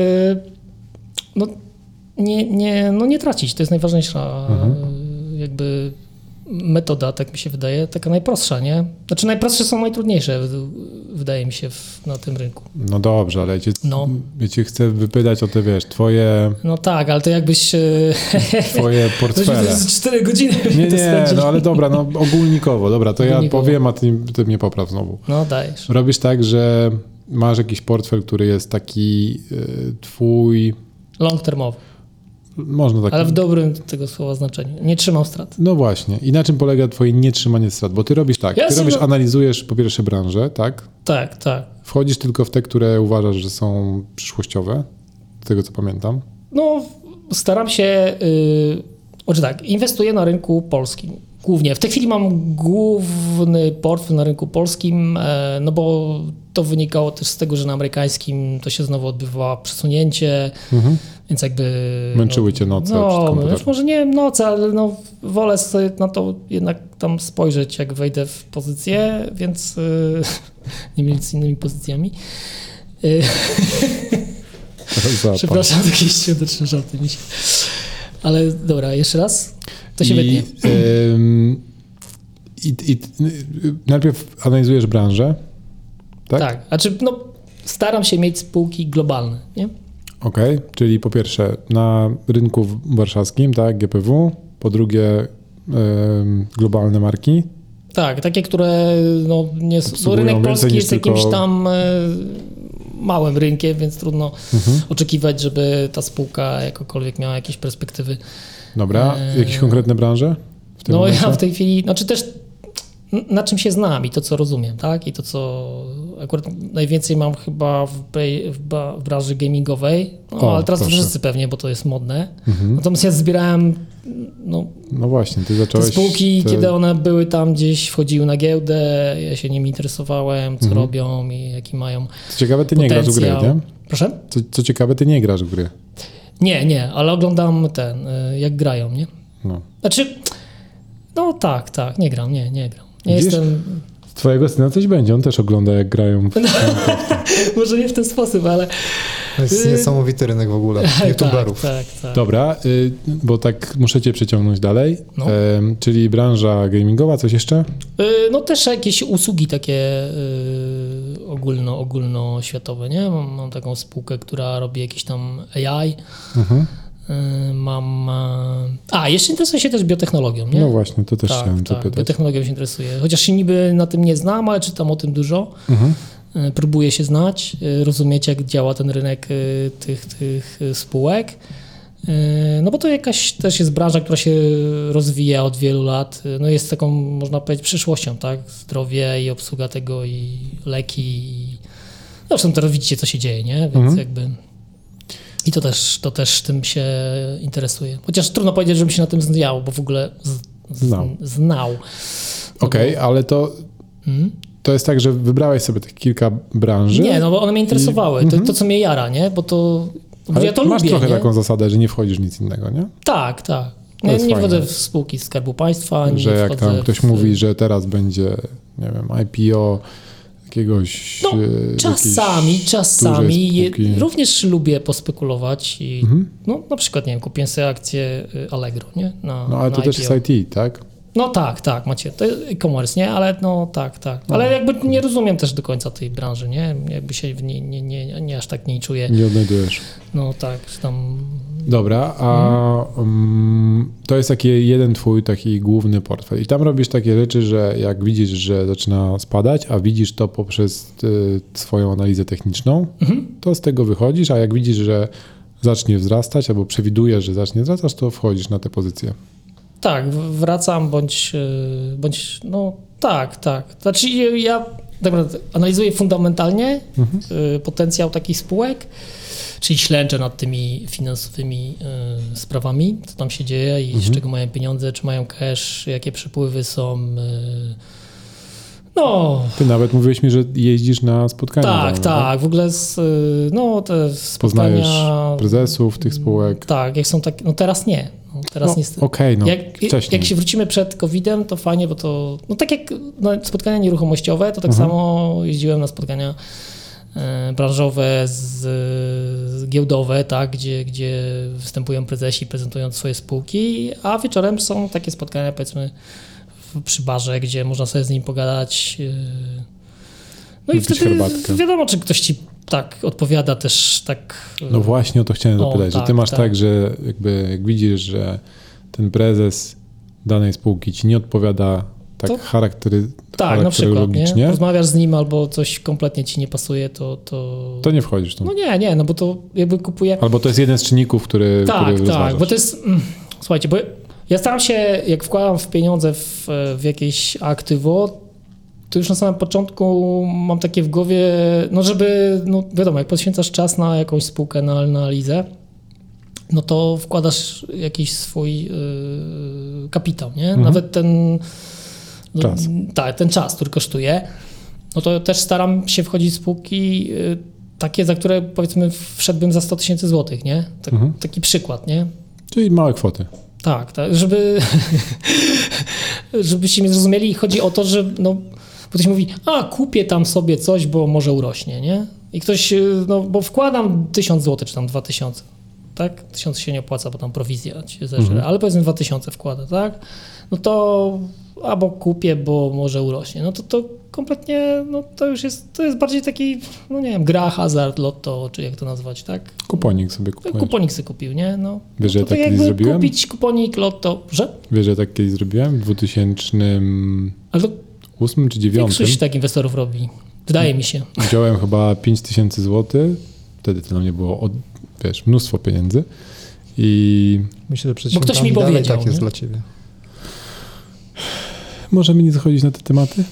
Speaker 2: nie tracić, to jest najważniejsza jakby metoda, tak mi się wydaje, taka najprostsza, nie? Znaczy najprostsze są najtrudniejsze, wydaje mi się, na tym rynku.
Speaker 1: No dobrze, ale ja cię chcę wypytać o te, twoje...
Speaker 2: No tak, ale to jakbyś...
Speaker 1: Twoje portfele.
Speaker 2: Z 4 godziny.
Speaker 1: Nie, ale dobra, ogólnikowo. Dobra, to ja powiem, a ty mnie popraw znowu.
Speaker 2: No dajesz.
Speaker 1: Robisz tak, że masz jakiś portfel, który jest taki twój...
Speaker 2: Long termowy.
Speaker 1: Można tak...
Speaker 2: Ale w dobrym tego słowa znaczeniu. Nie trzymam strat.
Speaker 1: No właśnie. I na czym polega twoje nietrzymanie strat? Bo ty robisz tak. Analizujesz po pierwsze branżę, tak?
Speaker 2: Tak.
Speaker 1: Wchodzisz tylko w te, które uważasz, że są przyszłościowe. Z tego, co pamiętam.
Speaker 2: Staram się... inwestuję na rynku polskim. Głównie. W tej chwili mam główny portfel na rynku polskim, bo to wynikało też z tego, że na amerykańskim to się znowu odbywało przesunięcie, więc jakby...
Speaker 1: Męczyły cię noce przed komputerem.
Speaker 2: Może nie noce, ale wolę sobie na to jednak tam spojrzeć, jak wejdę w pozycję, więc nie mieć z innymi pozycjami. Przepraszam, jakieś świąteczne żarty mi się... Ale dobra, jeszcze raz. To się wytnie.
Speaker 1: Najpierw analizujesz branżę, tak?
Speaker 2: Tak. Znaczy, staram się mieć spółki globalne, nie?
Speaker 1: Okej, czyli po pierwsze na rynku warszawskim, tak, GPW, po drugie globalne marki.
Speaker 2: Tak, takie, które nie są... Bo rynek polski jest jakimś tam małym rynkiem, więc trudno oczekiwać, żeby ta spółka jakokolwiek miała jakieś perspektywy.
Speaker 1: Dobra, jakieś konkretne branże?
Speaker 2: Ja w tej chwili, też na czym się znam i to, co rozumiem, tak? I to, co akurat najwięcej mam chyba w branży gamingowej, ale teraz wszyscy pewnie, bo to jest modne. Natomiast ja zbierałem
Speaker 1: no właśnie, ty zacząłeś...
Speaker 2: Te spółki, kiedy one były tam gdzieś, wchodziły na giełdę, ja się nimi interesowałem, co robią i jaki mają
Speaker 1: Co ciekawe, ty
Speaker 2: potencjał.
Speaker 1: nie grasz w gry, nie?
Speaker 2: Proszę?
Speaker 1: Co ciekawe, ty nie grasz w gry.
Speaker 2: Nie, ale oglądam jak grają, nie? Znaczy, tak, nie gram. Nie
Speaker 1: Widzisz?
Speaker 2: jestem...
Speaker 1: Z twojego syna coś będzie, on też ogląda, jak grają.
Speaker 2: Może nie w ten sposób, ale...
Speaker 4: To jest niesamowity rynek w ogóle, youtuberów.
Speaker 2: Tak.
Speaker 1: Dobra, bo tak muszę cię przeciągnąć dalej. Czyli branża gamingowa, coś jeszcze?
Speaker 2: Też jakieś usługi takie ogólnoświatowe, nie? Mam taką spółkę, która robi jakieś tam AI. Mam... jeszcze interesuję się też biotechnologią, nie?
Speaker 1: No właśnie, to też chciałem zapytać.
Speaker 2: Biotechnologią się interesuję. Chociaż się niby na tym nie znam, ale czytam o tym dużo. Próbuję się znać, rozumieć, jak działa ten rynek tych spółek. Bo to jakaś też jest branża, która się rozwija od wielu lat. Jest taką, można powiedzieć, przyszłością, tak? Zdrowie i obsługa tego i leki. Zresztą teraz widzicie, co się dzieje, nie? Więc jakby... I to też tym się interesuje. Chociaż trudno powiedzieć, żebym się na tym znał, bo w ogóle znał.
Speaker 1: Okej, ale to jest tak, że wybrałeś sobie tych kilka branży?
Speaker 2: Nie, bo one mnie interesowały. To, co mnie jara, nie? Bo to...
Speaker 1: Ale
Speaker 2: ja to
Speaker 1: masz
Speaker 2: lubię,
Speaker 1: trochę
Speaker 2: nie?
Speaker 1: taką zasadę, że nie wchodzisz w nic innego, nie?
Speaker 2: Tak. Nie
Speaker 1: jest
Speaker 2: wchodzę
Speaker 1: fajne.
Speaker 2: w spółki Skarbu Państwa, nie
Speaker 1: Że jak
Speaker 2: wchodzę
Speaker 1: tam ktoś
Speaker 2: w...
Speaker 1: mówi, że teraz będzie, nie wiem, IPO jakiegoś...
Speaker 2: No,
Speaker 1: jakiejś
Speaker 2: czasami
Speaker 1: dużej spółki.
Speaker 2: również lubię pospekulować i
Speaker 1: Mhm.
Speaker 2: no, na przykład, nie wiem, kupiłem sobie akcję Allegro, nie?
Speaker 1: No ale
Speaker 2: na
Speaker 1: to też
Speaker 2: IPO.
Speaker 1: jest IT, tak?
Speaker 2: No tak, macie, to jest e-commerce, nie? Ale no tak. Ale jakby nie rozumiem też do końca tej branży, nie? Jakby się w niej nie aż tak nie czuję.
Speaker 1: Nie odnajdujesz.
Speaker 2: No tak, tam...
Speaker 1: Dobra, a to jest taki jeden twój taki główny portfel i tam robisz takie rzeczy, że jak widzisz, że zaczyna spadać, a widzisz to poprzez swoją analizę techniczną, to z tego wychodzisz, a jak widzisz, że zacznie wzrastać albo przewidujesz, że zacznie wzrastać, to wchodzisz na te pozycje.
Speaker 2: Tak, wracam bądź no tak. Znaczy ja dobra, analizuję fundamentalnie potencjał takich spółek, czyli ślęczę nad tymi finansowymi sprawami, co tam się dzieje i z czego mają pieniądze, czy mają cash, jakie przepływy są. No,
Speaker 1: Ty nawet mówiłeś mi, że jeździsz na spotkania.
Speaker 2: tak, w ogóle te
Speaker 1: Poznajesz
Speaker 2: spotkania...
Speaker 1: prezesów tych spółek.
Speaker 2: Tak, jak są takie, no teraz nie. No, teraz
Speaker 1: No,
Speaker 2: niestety.
Speaker 1: okej, no, wcześniej.
Speaker 2: Jak się wrócimy przed COVID-em, to fajnie, bo to, no tak jak spotkania nieruchomościowe, to tak samo jeździłem na spotkania branżowe, giełdowe, tak, gdzie występują prezesi, prezentują swoje spółki, a wieczorem są takie spotkania, powiedzmy, przy barze, gdzie można sobie z nim pogadać. No i
Speaker 1: Wypić
Speaker 2: wtedy
Speaker 1: herbatkę.
Speaker 2: wiadomo, czy ktoś ci tak odpowiada też tak...
Speaker 1: No właśnie o to chciałem zapytać, że ty masz tak, że jakby jak widzisz, że ten prezes danej spółki ci nie odpowiada tak
Speaker 2: To- Tak, na przykład, nie?
Speaker 1: charakterologicznie,
Speaker 2: Rozmawiasz z nim albo coś kompletnie ci nie pasuje,
Speaker 1: to nie wchodzisz tu.
Speaker 2: No nie, no bo to jakby kupuję...
Speaker 1: Albo to jest jeden z czynników, który rozważasz.
Speaker 2: bo to jest... Słuchajcie, bo ja staram się, jak wkładam w pieniądze w jakieś aktywo, to już na samym początku mam takie w głowie, no żeby, no wiadomo, jak poświęcasz czas na jakąś spółkę, na analizę, no to wkładasz jakiś swój kapitał, nie? Nawet ten...
Speaker 1: Czas.
Speaker 2: Tak, ten czas, który kosztuje. No to też staram się wchodzić w spółki takie, za które powiedzmy wszedłbym za 100 000 złotych, nie? Taki przykład, nie?
Speaker 1: Czyli małe kwoty.
Speaker 2: Tak, żebyście mnie zrozumieli, chodzi o to, że no, bo ktoś mówi, kupię tam sobie coś, bo może urośnie, nie? I ktoś, no bo wkładam 1000 zł, czy tam 2000, tak? 1000 się nie opłaca, bo tam prowizja ci zeżre, ale powiedzmy 2000 wkłada, tak? No to albo kupię, bo może urośnie. No to kompletnie, no to już jest, to jest bardziej taki, no nie wiem, gra, hazard, lotto, czy jak to nazwać, tak?
Speaker 1: Kuponik sobie kupujesz.
Speaker 2: Kuponik sobie kupił, nie? No.
Speaker 1: Wiesz, że
Speaker 2: No
Speaker 1: ja
Speaker 2: to
Speaker 1: tak kiedyś
Speaker 2: jakby
Speaker 1: zrobiłem?
Speaker 2: kupić kuponik, lotto, że?
Speaker 1: Wiesz, że ja tak kiedyś zrobiłem? W 2008
Speaker 2: Ale to
Speaker 1: czy 2009
Speaker 2: większość tak inwestorów robi. Wydaje mi się.
Speaker 1: wziąłem chyba 5000 zł. Wtedy to na mnie było, mnóstwo pieniędzy. I
Speaker 4: Myślę, że przed
Speaker 2: Bo ktoś
Speaker 4: świętami
Speaker 2: mi
Speaker 4: dalej
Speaker 2: powiedział,
Speaker 4: tak jest
Speaker 2: nie?
Speaker 4: dla ciebie.
Speaker 1: możemy nie zachodzić na te tematy.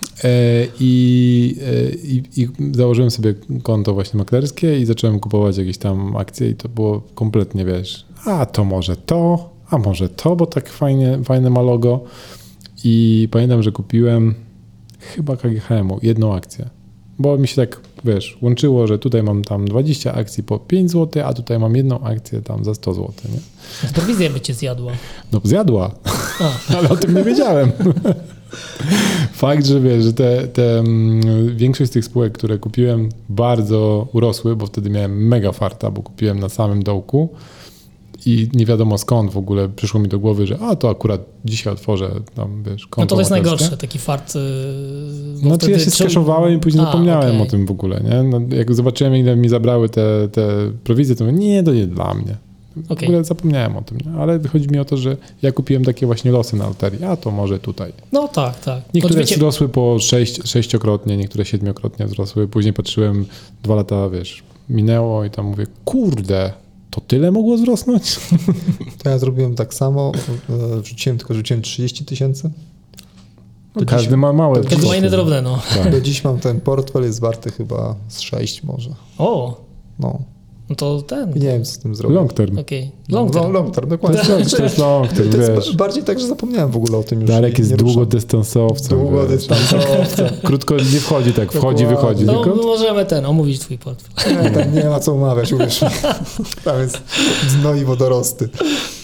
Speaker 1: I założyłem sobie konto właśnie maklerskie i zacząłem kupować jakieś tam akcje i to było kompletnie, to może to, a może to, bo tak fajne ma logo. I pamiętam, że kupiłem chyba KGHM-u jedną akcję, bo mi się tak, łączyło, że tutaj mam tam 20 akcji po 5 zł, a tutaj mam jedną akcję tam za 100 zł, nie?
Speaker 2: Prowizja by cię zjadła.
Speaker 1: No zjadła, ale o tym nie wiedziałem. Fakt, że że większość z tych spółek, które kupiłem, bardzo urosły, bo wtedy miałem mega farta, bo kupiłem na samym dołku i nie wiadomo skąd w ogóle przyszło mi do głowy, że to akurat dzisiaj otworzę tam, konto.
Speaker 2: No to jest
Speaker 1: maklerskie.
Speaker 2: najgorsze, taki fart.
Speaker 1: Znaczy ja się skaszowałem i później zapomniałem
Speaker 2: okej.
Speaker 1: o tym w ogóle, nie? No, jak zobaczyłem, ile mi zabrały te prowizje, to mówię, to nie dla mnie. W ogóle zapomniałem o tym, nie? Ale chodzi mi o to, że ja kupiłem takie właśnie losy na loterii, to może tutaj.
Speaker 2: No tak.
Speaker 1: Niektóre wzrosły po 6-krotnie, niektóre 7-krotnie wzrosły. Później patrzyłem, 2 lata, minęło i tam mówię, kurde, to tyle mogło wzrosnąć?
Speaker 4: To ja zrobiłem tak samo, rzuciłem 30 000.
Speaker 1: Każdy ma małe.
Speaker 2: Każdy ma inne drobne, no.
Speaker 1: Tak.
Speaker 4: Do dziś mam ten portfel, jest warty chyba z 6 może.
Speaker 2: O,
Speaker 4: No.
Speaker 2: no to ten.
Speaker 4: I nie wiem, co z tym zrobić.
Speaker 1: Long term.
Speaker 2: Okej. Long term.
Speaker 4: Long term, dokładnie.
Speaker 1: To jest long term,
Speaker 4: To jest
Speaker 1: wiesz.
Speaker 4: bardziej tak, że zapomniałem w ogóle o tym już.
Speaker 1: Darek jest
Speaker 4: nie ruszam.
Speaker 1: długodystansowcem.
Speaker 4: Długodystansowcem.
Speaker 1: Krótko nie wchodzi tak, wchodzi, wychodzi.
Speaker 2: No
Speaker 1: Tylko
Speaker 2: możemy omówić twój portfel.
Speaker 4: Nie, tam nie ma co umawiać, uwierz mi. Tam jest gnoiwo dorosty.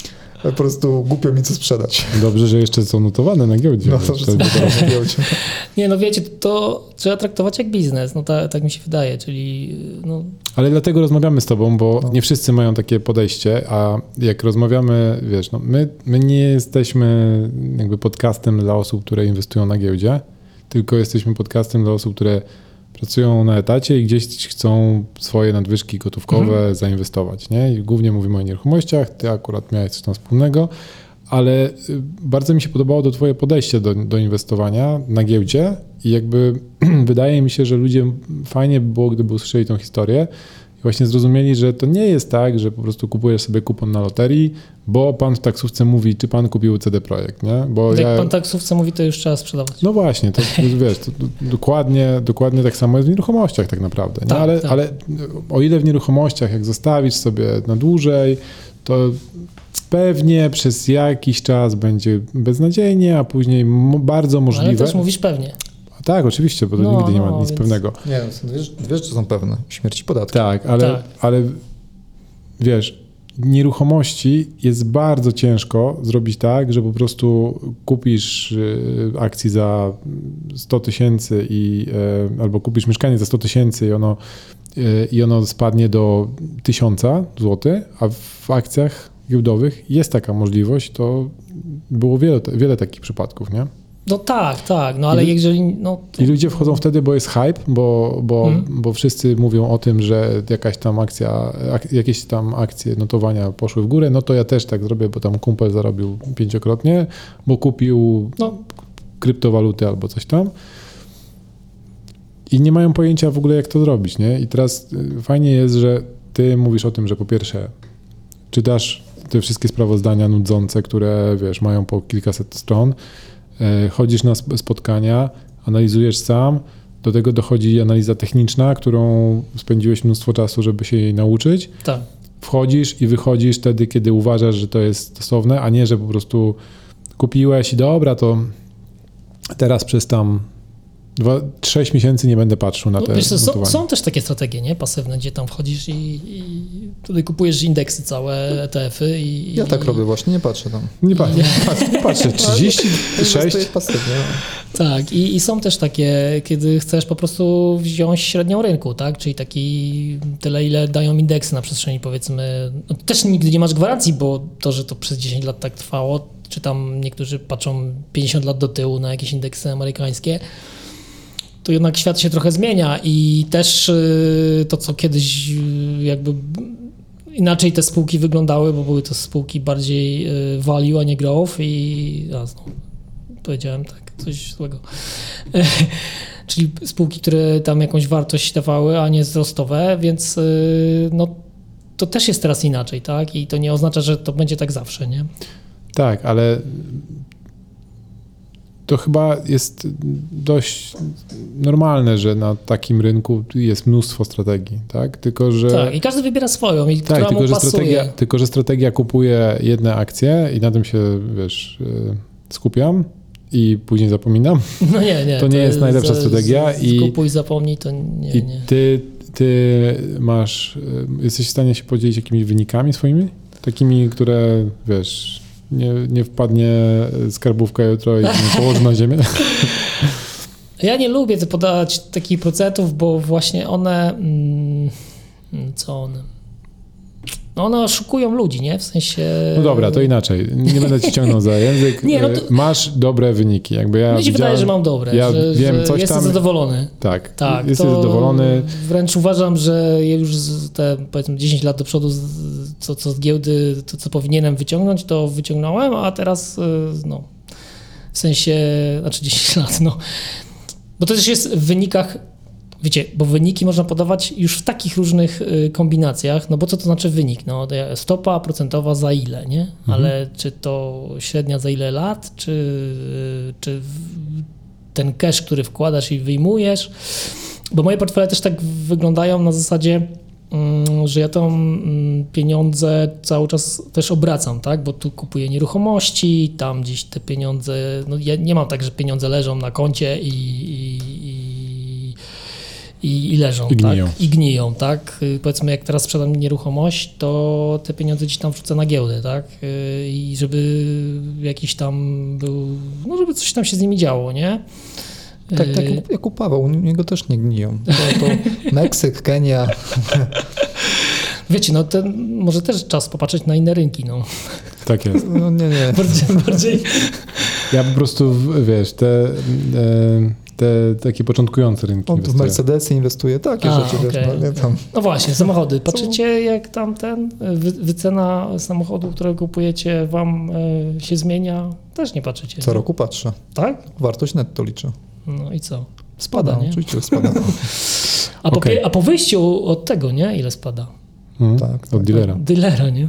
Speaker 4: po prostu głupio mi co sprzedać.
Speaker 1: Dobrze, że jeszcze są notowane na giełdzie.
Speaker 4: No to, że są na giełdzie.
Speaker 2: Nie, no wiecie, to trzeba traktować jak biznes, no tak mi się wydaje, czyli no...
Speaker 1: Ale dlatego rozmawiamy z tobą, bo nie wszyscy mają takie podejście, a jak rozmawiamy, wiesz, no my nie jesteśmy jakby podcastem dla osób, które inwestują na giełdzie, tylko jesteśmy podcastem dla osób, które pracują na etacie i gdzieś chcą swoje nadwyżki gotówkowe zainwestować, nie? I głównie mówimy o nieruchomościach, ty akurat miałeś coś tam wspólnego, ale bardzo mi się podobało twoje podejście do inwestowania na giełdzie i jakby wydaje mi się, że ludzie fajnie by było, gdyby usłyszeli tą historię i właśnie zrozumieli, że to nie jest tak, że po prostu kupujesz sobie kupon na loterii, bo pan w taksówce mówi, czy pan kupił CD Projekt, nie? Bo
Speaker 2: Jak pan taksówce mówi, to już trzeba sprzedawać.
Speaker 1: No właśnie, to wiesz, to dokładnie tak samo jest w nieruchomościach tak naprawdę, nie?
Speaker 2: Tak,
Speaker 1: Ale o ile w nieruchomościach, jak zostawisz sobie na dłużej, to pewnie przez jakiś czas będzie beznadziejnie, a później bardzo możliwe...
Speaker 2: Ale też mówisz pewnie.
Speaker 1: Tak, oczywiście, bo to nigdy nie ma nic
Speaker 2: więc...
Speaker 1: pewnego.
Speaker 4: Nie, wiesz, że są pewne. Śmierć podatki.
Speaker 1: Tak, ale wiesz, nieruchomości jest bardzo ciężko zrobić tak, że po prostu kupisz akcji za 100 tysięcy albo kupisz mieszkanie za 100 tysięcy i ono spadnie do 1000 zł, a w akcjach giełdowych jest taka możliwość, to było wiele takich przypadków, nie?
Speaker 2: No tak, no ale jeżeli... No, to...
Speaker 1: I ludzie wchodzą wtedy, bo jest hype, bo wszyscy mówią o tym, że jakieś tam akcje notowania poszły w górę, no to ja też tak zrobię, bo tam kumpel zarobił 5-krotnie, bo kupił kryptowaluty albo coś tam. I nie mają pojęcia w ogóle, jak to zrobić, nie? I teraz fajnie jest, że ty mówisz o tym, że po pierwsze czytasz te wszystkie sprawozdania nudzące, które, wiesz, mają po kilkaset stron, chodzisz na spotkania, analizujesz sam, do tego dochodzi analiza techniczna, którą spędziłeś mnóstwo czasu, żeby się jej nauczyć.
Speaker 2: Tak.
Speaker 1: Wchodzisz i wychodzisz wtedy, kiedy uważasz, że to jest stosowne, a nie, że po prostu kupiłeś i dobra, to teraz przez tam 6 miesięcy nie będę patrzył na te notowania.
Speaker 2: Są też takie strategie, nie? Pasywne, gdzie tam wchodzisz i tutaj kupujesz indeksy całe, ETF-y i...
Speaker 4: Ja tak robię właśnie, nie patrzę tam.
Speaker 1: Nie patrzę, 36.
Speaker 4: To jest pasywnie.
Speaker 2: Tak, i są też takie, kiedy chcesz po prostu wziąć średnią rynku, tak? Czyli taki tyle, ile dają indeksy na przestrzeni, powiedzmy... No, też nigdy nie masz gwarancji, bo to, że to przez 10 lat tak trwało, czy tam niektórzy patrzą 50 lat do tyłu na jakieś indeksy amerykańskie, to jednak świat się trochę zmienia i też to, co kiedyś jakby inaczej te spółki wyglądały, bo były to spółki bardziej value, a nie growth i znowu powiedziałem tak, coś złego. Czyli spółki, które tam jakąś wartość dawały, a nie wzrostowe, więc no, to też jest teraz inaczej, tak? I to nie oznacza, że to będzie tak zawsze, nie?
Speaker 1: Tak, ale to chyba jest dość normalne, że na takim rynku jest mnóstwo strategii, tak? Tylko, że...
Speaker 2: Tak, i każdy wybiera swoją, i która mu pasuje.
Speaker 1: Tylko, że strategia kupuje jedne akcje i na tym się, wiesz, skupiam i później zapominam.
Speaker 2: No nie.
Speaker 1: To nie jest najlepsza strategia.
Speaker 2: Kupuj, zapomnij, to nie.
Speaker 1: Ty jesteś w stanie się podzielić jakimiś wynikami swoimi? Takimi, które, wiesz... Nie wpadnie skarbówka jutro i nie położy na ziemię?
Speaker 2: Ja nie lubię podawać takich procentów, bo właśnie one... Co one? No one oszukują ludzi, nie? W sensie...
Speaker 1: No dobra, to inaczej. Nie będę ci ciągnął za język.
Speaker 2: Nie, no to...
Speaker 1: Masz dobre wyniki. Jakby
Speaker 2: Mi się wydaje, że mam dobre.
Speaker 1: Ja
Speaker 2: że
Speaker 1: coś
Speaker 2: jestem
Speaker 1: tam...
Speaker 2: zadowolony.
Speaker 1: Tak, jesteś zadowolony.
Speaker 2: Wręcz uważam, że już te powiedzmy 10 lat do przodu co z giełdy, to co powinienem wyciągnąć, to wyciągnąłem, a teraz no w sensie, znaczy 10 lat, no. Bo to też jest w wynikach, wiecie, bo wyniki można podawać już w takich różnych kombinacjach, no bo co to znaczy wynik? No stopa procentowa za ile, nie? Ale czy to średnia za ile lat, czy ten cash, który wkładasz i wyjmujesz? Bo moje portfele też tak wyglądają na zasadzie, że ja tam pieniądze cały czas też obracam, tak? Bo tu kupuję nieruchomości, tam gdzieś te pieniądze, no ja nie mam tak, że pieniądze leżą na koncie i leżą,
Speaker 1: I gniją.
Speaker 2: tak? I gniją, tak? Powiedzmy, jak teraz sprzedam nieruchomość, to te pieniądze gdzieś tam wrzucę na giełdę, tak? I żeby jakiś tam był, no żeby coś tam się z nimi działo, nie?
Speaker 4: Tak jak u Pawła, u niego też nie gniją. To Meksyk, Kenia.
Speaker 2: Wiecie, no może też czas popatrzeć na inne rynki, no.
Speaker 1: Tak jest.
Speaker 4: No nie.
Speaker 2: Bardziej.
Speaker 1: Ja po prostu, wiesz, te takie początkujące rynki
Speaker 4: On tu w
Speaker 1: inwestuję.
Speaker 4: Mercedesy inwestuje, takie rzeczy,
Speaker 2: okej.
Speaker 4: wiesz, no, nie tam.
Speaker 2: No właśnie, samochody. Patrzycie, jak tam wycena samochodu, którego kupujecie, wam się zmienia? Też nie patrzycie.
Speaker 4: Co
Speaker 2: nie?
Speaker 4: roku patrzę.
Speaker 2: Tak?
Speaker 4: Wartość netto liczę.
Speaker 2: No i co? Spada, nie?
Speaker 4: Oczywiście spada.
Speaker 2: A po wyjściu od tego, nie? Ile spada?
Speaker 4: Tak.
Speaker 1: Od dealera.
Speaker 2: Dylera, nie?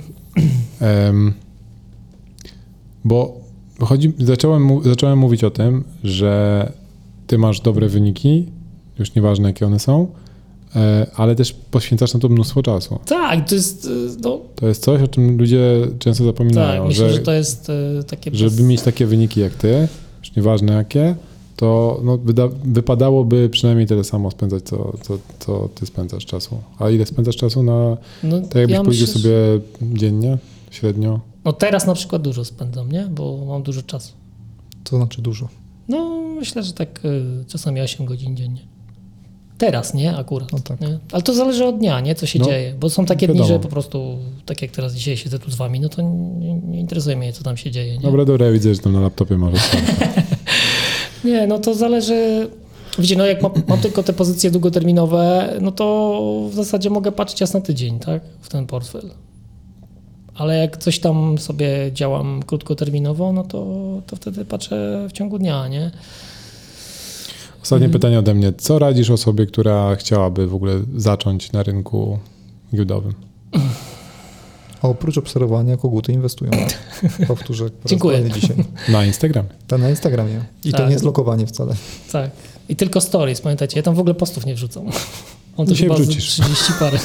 Speaker 1: Bo zacząłem mówić o tym, że ty masz dobre wyniki, już nieważne jakie one są, ale też poświęcasz na to mnóstwo czasu.
Speaker 2: Tak, to jest, no,
Speaker 1: To jest coś, o czym ludzie często zapominają,
Speaker 2: tak, myślę, że to jest takie...
Speaker 1: żeby mieć takie wyniki jak ty, już nieważne jakie, to no, wypadałoby przynajmniej tyle samo spędzać, co ty spędzasz czasu. A ile spędzasz czasu na,
Speaker 2: No,
Speaker 1: tak jakbyś powiedział
Speaker 2: myślę,
Speaker 1: sobie dziennie, średnio?
Speaker 2: No teraz na przykład dużo spędzam, nie? Bo mam dużo czasu.
Speaker 4: To znaczy dużo.
Speaker 2: No myślę, że tak czasami 8 godzin dziennie. Teraz, nie? Akurat.
Speaker 4: No tak.
Speaker 2: Nie? Ale to zależy od dnia, nie? Co się
Speaker 1: No,
Speaker 2: dzieje. Bo są takie dni,
Speaker 1: wiadomo.
Speaker 2: że po prostu, tak jak teraz dzisiaj siedzę tu z wami, no to nie interesuje mnie, co tam się dzieje, nie?
Speaker 1: Dobra, ja widzę, że tam na laptopie masz
Speaker 2: Nie, no to zależy... Wiecie, no jak mam tylko te pozycje długoterminowe, no to w zasadzie mogę patrzeć raz na tydzień, tak? W ten portfel. Ale jak coś tam sobie działam krótkoterminowo, no to wtedy patrzę w ciągu dnia, nie?
Speaker 1: Ostatnie pytanie ode mnie. Co radzisz osobie, która chciałaby w ogóle zacząć na rynku giełdowym?
Speaker 4: A oprócz obserwowania, koguty inwestują. Powtórzę po raz
Speaker 2: Dziękuję.
Speaker 4: kolejny dzisiaj.
Speaker 1: Na Instagramie.
Speaker 4: To na Instagramie. I to
Speaker 2: Tak.
Speaker 4: nie jest lokowanie wcale.
Speaker 2: Tak. I tylko stories, pamiętajcie, ja tam w ogóle postów nie wrzucam. On to
Speaker 1: Dzisiaj
Speaker 2: chyba z
Speaker 1: wrzucisz.
Speaker 2: 30 parę.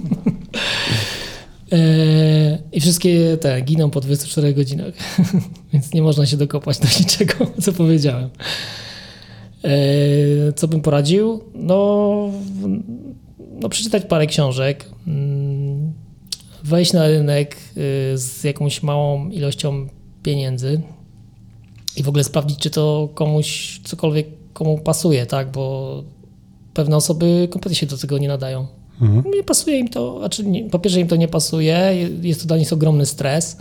Speaker 2: I wszystkie te giną po 24 godzinach, więc nie można się dokopać do niczego, co powiedziałem. Co bym poradził? No przeczytać parę książek, wejść na rynek z jakąś małą ilością pieniędzy i w ogóle sprawdzić, czy to komuś cokolwiek komu pasuje, tak? Bo pewne osoby kompletnie się do tego nie nadają. Nie pasuje im to, znaczy nie, po pierwsze im to nie pasuje, jest to dla nich ogromny stres,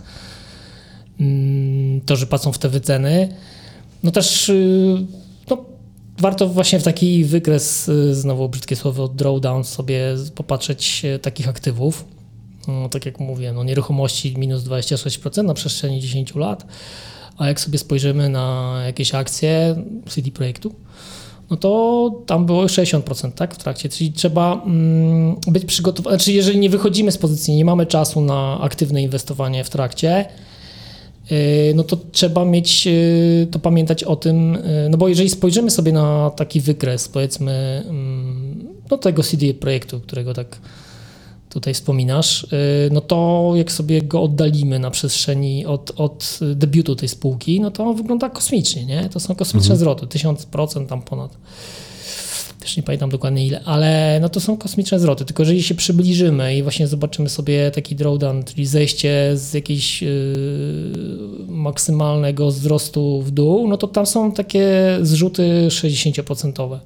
Speaker 2: to, że patrzą w te wyceny. No też no, warto właśnie w taki wykres, znowu brzydkie słowo, drawdown sobie popatrzeć takich aktywów. No, tak jak mówiłem, no, nieruchomości minus 26% na przestrzeni 10 lat, a jak sobie spojrzymy na jakieś akcje CD Projektu, no to tam było 60%, tak, w trakcie, czyli trzeba być przygotowany, znaczy jeżeli nie wychodzimy z pozycji, nie mamy czasu na aktywne inwestowanie w trakcie, no to trzeba mieć, to pamiętać o tym, no bo jeżeli spojrzymy sobie na taki wykres, powiedzmy, no tego CD Projektu, którego tak tutaj wspominasz, no to jak sobie go oddalimy na przestrzeni od debiutu tej spółki, no to on wygląda kosmicznie, nie? To są kosmiczne zwroty, 1000% tam ponad. Też nie pamiętam dokładnie ile, ale no to są kosmiczne zwroty, tylko jeżeli się przybliżymy i właśnie zobaczymy sobie taki drawdown, czyli zejście z jakiegoś maksymalnego wzrostu w dół, no to tam są takie zrzuty 60%.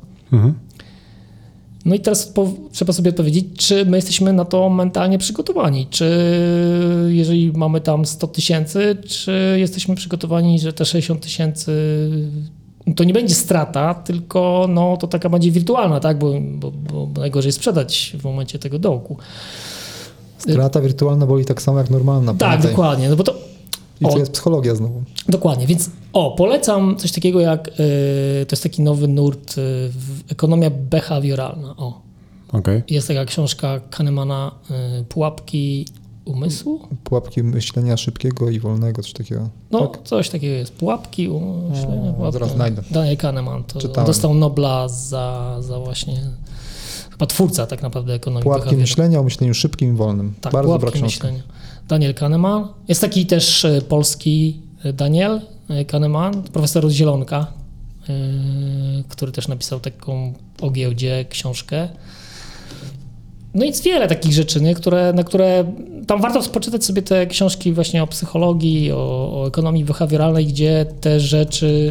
Speaker 2: No i teraz trzeba sobie odpowiedzieć, czy my jesteśmy na to mentalnie przygotowani, czy jeżeli mamy tam 100 000, czy jesteśmy przygotowani, że te 60 000 to nie będzie strata, tylko no, to taka bardziej wirtualna, tak? Bo najgorzej sprzedać w momencie tego dołku.
Speaker 4: Strata wirtualna boli tak samo jak normalna.
Speaker 2: Tak,
Speaker 4: pamiętaj.
Speaker 2: dokładnie. No bo to,
Speaker 4: I to jest psychologia znowu.
Speaker 2: dokładnie, więc polecam coś takiego jak, to jest taki nowy nurt, ekonomia behawioralna.
Speaker 1: Okej.
Speaker 2: Jest taka książka Kahnemana, Pułapki umysłu?
Speaker 4: Pułapki myślenia szybkiego i wolnego, coś takiego.
Speaker 2: No,
Speaker 4: Tak?
Speaker 2: coś takiego jest. Pułapki myślenia.
Speaker 4: Zaraz znajdę.
Speaker 2: Daniel Kahneman. To
Speaker 4: Czytałem.
Speaker 2: dostał Nobla za właśnie, chyba twórca tak naprawdę ekonomii
Speaker 4: Pułapki
Speaker 2: behawioralnej.
Speaker 4: myślenia o myśleniu szybkim i wolnym.
Speaker 2: Tak,
Speaker 4: Bardzo dobra
Speaker 2: Pułapki
Speaker 4: książka.
Speaker 2: myślenia. Daniel Kahneman. Jest taki też polski Daniel Kahneman, profesor od Zielonka. który też napisał taką o giełdzie książkę. No i jest wiele takich rzeczy, nie? Na które tam warto poczytać sobie te książki właśnie o psychologii, o ekonomii behawioralnej, gdzie te rzeczy...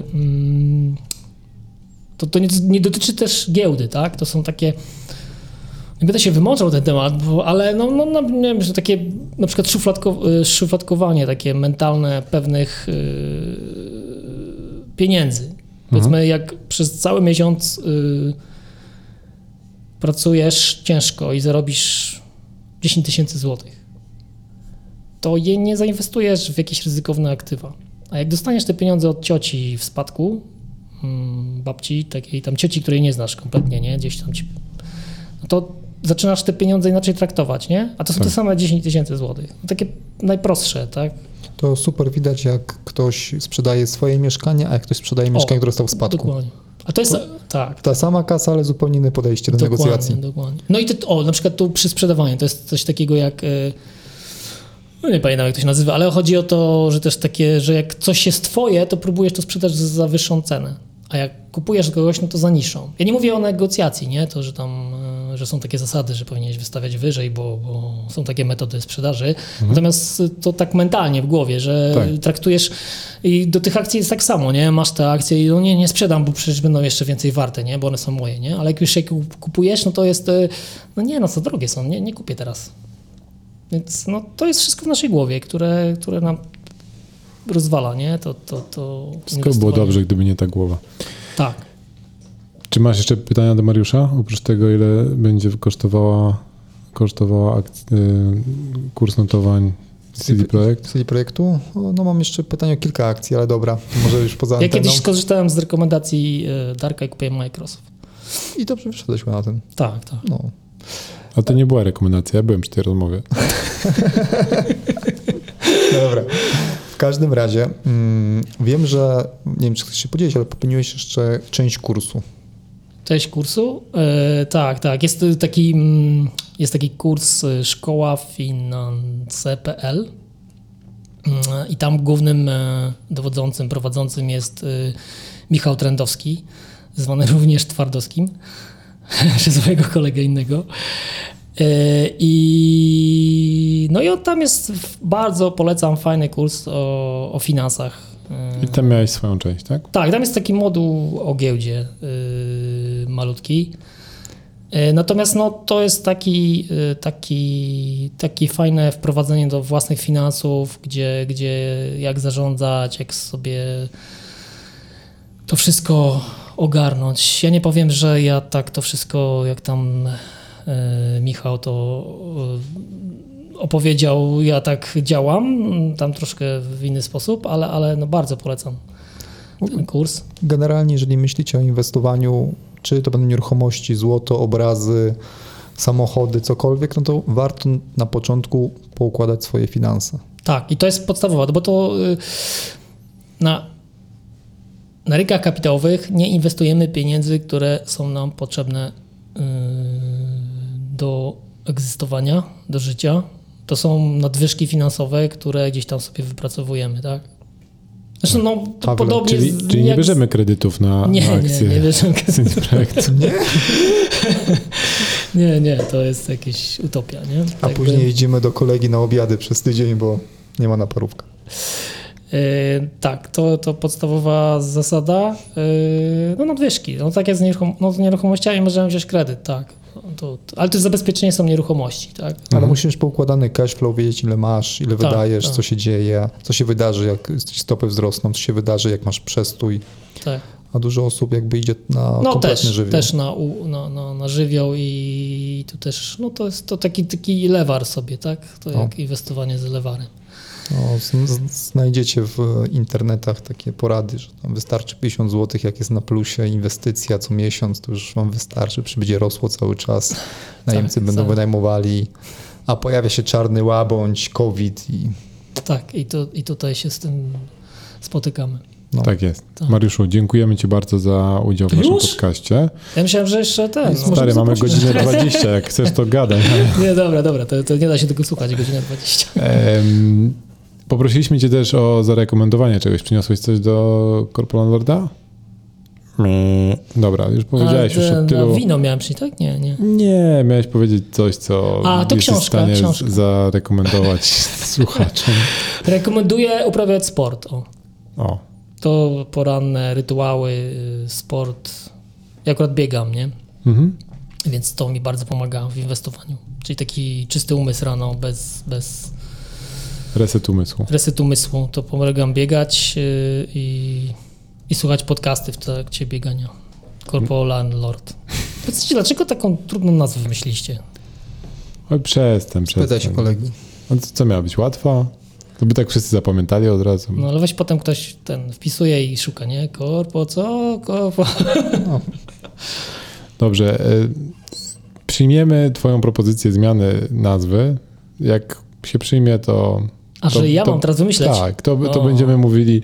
Speaker 2: To nie dotyczy też giełdy, tak? To są takie... Nie będę się wymoczał ten temat, ale nie wiem, że takie na przykład szufladkowanie takie mentalne pewnych pieniędzy. Powiedzmy, jak przez cały miesiąc pracujesz ciężko i zarobisz 10 000 złotych, to je nie zainwestujesz w jakieś ryzykowne aktywa. A jak dostaniesz te pieniądze od cioci w spadku, babci, takiej tam cioci, której nie znasz kompletnie, nie? Gdzieś tam no to zaczynasz te pieniądze inaczej traktować, nie? A to są te same 10 000 złotych. No takie najprostsze, tak?
Speaker 4: To super widać, jak ktoś sprzedaje swoje mieszkanie, a jak ktoś sprzedaje mieszkanie, które zostało w spadku.
Speaker 2: Dokładnie. A to jest, tak.
Speaker 4: Ta sama kasa, ale zupełnie inne podejście do negocjacji.
Speaker 2: Dokładnie. No i na przykład tu przy sprzedawaniu to jest coś takiego jak, no nie pamiętam jak to się nazywa, ale chodzi o to, że też takie, że jak coś jest twoje, to próbujesz to sprzedać za wyższą cenę, a jak kupujesz kogoś, no to za niższą. Ja nie mówię o negocjacji, nie? To, że tam, że są takie zasady, że powinieneś wystawiać wyżej, bo są takie metody sprzedaży. Natomiast to tak mentalnie w głowie, że traktujesz i do tych akcji jest tak samo, nie? Masz te akcje i no nie sprzedam, bo przecież będą jeszcze więcej warte, nie? Bo one są moje, nie? Ale jak już je kupujesz, no to jest, no co drogie są, nie kupię teraz. Więc no to jest wszystko w naszej głowie, które nam rozwala, nie? To
Speaker 1: wszystko było dobrze, gdyby nie ta głowa.
Speaker 2: Tak.
Speaker 1: Czy masz jeszcze pytania do Mariusza? Oprócz tego, ile będzie kosztowała kurs notowań CD Projekt?
Speaker 4: CD Projektu? No mam jeszcze pytanie o kilka akcji, ale dobra, może już poza anteną.
Speaker 2: Ja kiedyś skorzystałem z rekomendacji Darka i kupiłem Microsoft.
Speaker 4: I dobrze wyszedłeś na tym.
Speaker 2: Tak.
Speaker 4: No.
Speaker 1: A to nie była rekomendacja, ja byłem przy tej rozmowie.
Speaker 4: No dobra. W każdym razie wiem, że, nie wiem, czy chcesz się podzielić, ale popełniłeś jeszcze część kursu.
Speaker 2: Część kursu? Tak. Jest taki kurs Szkoła Finance.pl i tam głównym dowodzącym, prowadzącym jest Michał Trendowski, zwany również Twardowskim, przez mojego kolegę innego. I on tam jest, bardzo polecam, fajny kurs o finansach.
Speaker 1: I tam miałeś swoją część, tak?
Speaker 2: Tak, tam jest taki moduł o giełdzie malutki. Natomiast to jest takie fajne wprowadzenie do własnych finansów, gdzie jak zarządzać, jak sobie to wszystko ogarnąć. Ja nie powiem, że ja tak to wszystko, jak tam Michał to opowiedział, ja tak działam, tam troszkę w inny sposób, ale bardzo polecam ten kurs.
Speaker 4: Generalnie, jeżeli myślicie o inwestowaniu, czy to będą nieruchomości, złoto, obrazy, samochody, cokolwiek, no to warto na początku poukładać swoje finanse.
Speaker 2: Tak, i to jest podstawowe, bo to na rynkach kapitałowych nie inwestujemy pieniędzy, które są nam potrzebne do egzystowania, do życia. To są nadwyżki finansowe, które gdzieś tam sobie wypracowujemy, tak? Zresztą to podobnie...
Speaker 1: Czyli nie bierzemy kredytów na akcje?
Speaker 2: Nie bierzemy kredytów.
Speaker 4: Nie?
Speaker 2: Nie, to jest jakaś utopia, nie?
Speaker 4: A później jedziemy do kolegi na obiady przez tydzień, bo nie ma na parówkę.
Speaker 2: Tak, to podstawowa zasada. Nadwyżki. Tak jak z nieruchomościami możemy wziąć kredyt, tak. Ale to zabezpieczenie są nieruchomości, tak?
Speaker 4: Ale musisz mieć poukładany cash flow, wiedzieć ile masz, ile wydajesz, co się dzieje, co się wydarzy, jak stopy wzrosną, co się wydarzy, jak masz przestój. Tak. A dużo osób jakby idzie na kompletny żywioł.
Speaker 2: Też na żywioł i tu też, to jest to taki lewar sobie, tak? To jak inwestowanie z lewarem.
Speaker 4: Znajdziecie w internetach takie porady, że tam wystarczy 50 zł, jak jest na plusie inwestycja co miesiąc, to już wam wystarczy, będzie rosło cały czas, najemcy będą wynajmowali, a pojawia się czarny łabędź, COVID i...
Speaker 2: Tak, i tutaj się z tym spotykamy.
Speaker 1: Tak jest. Tak. Mariuszu, dziękujemy Ci bardzo za udział w naszym podcaście.
Speaker 2: Ja myślałem, że jeszcze
Speaker 1: Stary, mamy godzinę 20, jak chcesz to gadaj.
Speaker 2: Nie, dobra, to nie da się tego słuchać, godzinę 20.
Speaker 1: Poprosiliśmy Cię też o zarekomendowanie czegoś. Przyniosłeś coś do Corporal Lorda? Dobra, już powiedziałeś już od tylu...
Speaker 2: Wino miałem przyjść, tak? Nie.
Speaker 1: Nie, miałeś powiedzieć coś, co
Speaker 2: to
Speaker 1: jesteś w stanie
Speaker 2: książka.
Speaker 1: zarekomendować słuchaczom.
Speaker 2: Rekomenduję uprawiać sport.
Speaker 1: O.
Speaker 2: To poranne rytuały, sport. Ja akurat biegam, nie?
Speaker 1: Mhm.
Speaker 2: Więc to mi bardzo pomaga w inwestowaniu. Czyli taki czysty umysł rano, bez
Speaker 1: Reset umysłu.
Speaker 2: resetu umysłu. To pomagam biegać i słuchać podcasty w trakcie biegania. Corpo Landlord. Powiedzcie, dlaczego taką trudną nazwę wymyśliliście?
Speaker 1: Oj, przestań.
Speaker 4: Pytaj się kolegi.
Speaker 1: A co miała być łatwa? To by tak wszyscy zapamiętali od razu.
Speaker 2: No ale weź potem ktoś wpisuje i szuka, nie? Corpo, co? Corpo.
Speaker 1: Dobrze. Przyjmiemy twoją propozycję zmiany nazwy. Jak się przyjmie, to...
Speaker 2: Że ja mam teraz wymyśleć?
Speaker 1: Tak, to będziemy mówili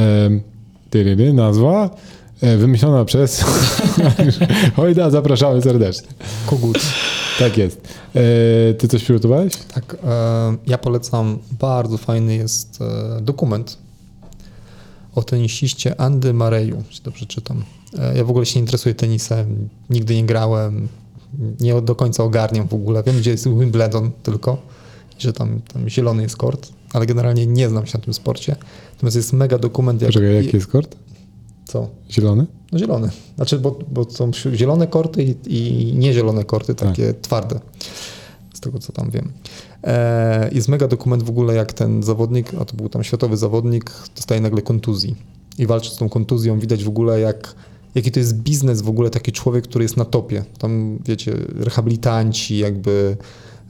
Speaker 1: nazwa wymyślona przez Hojda, zapraszamy serdecznie.
Speaker 4: Kogut.
Speaker 1: Tak jest. Ty coś przygotowałeś?
Speaker 4: Tak, ja polecam, bardzo fajny jest dokument o tenisiście Andy Murray'u, jeśli dobrze czytam. Ja w ogóle się nie interesuję tenisem, nigdy nie grałem, nie do końca ogarniam w ogóle. Wiem, gdzie jest Wimbledon tylko, że tam zielony jest kort, ale generalnie nie znam się na tym sporcie. Natomiast jest mega dokument.
Speaker 1: Poczekaj, jaki jest kort?
Speaker 4: Co?
Speaker 1: Zielony?
Speaker 4: No zielony. Znaczy, bo są zielone korty i niezielone korty, takie twarde. Z tego, co tam wiem. Jest mega dokument w ogóle, jak ten zawodnik, a to był tam światowy zawodnik, dostaje nagle kontuzji i walczy z tą kontuzją. Widać w ogóle, jaki to jest biznes w ogóle, taki człowiek, który jest na topie. Tam, wiecie, rehabilitanci, jakby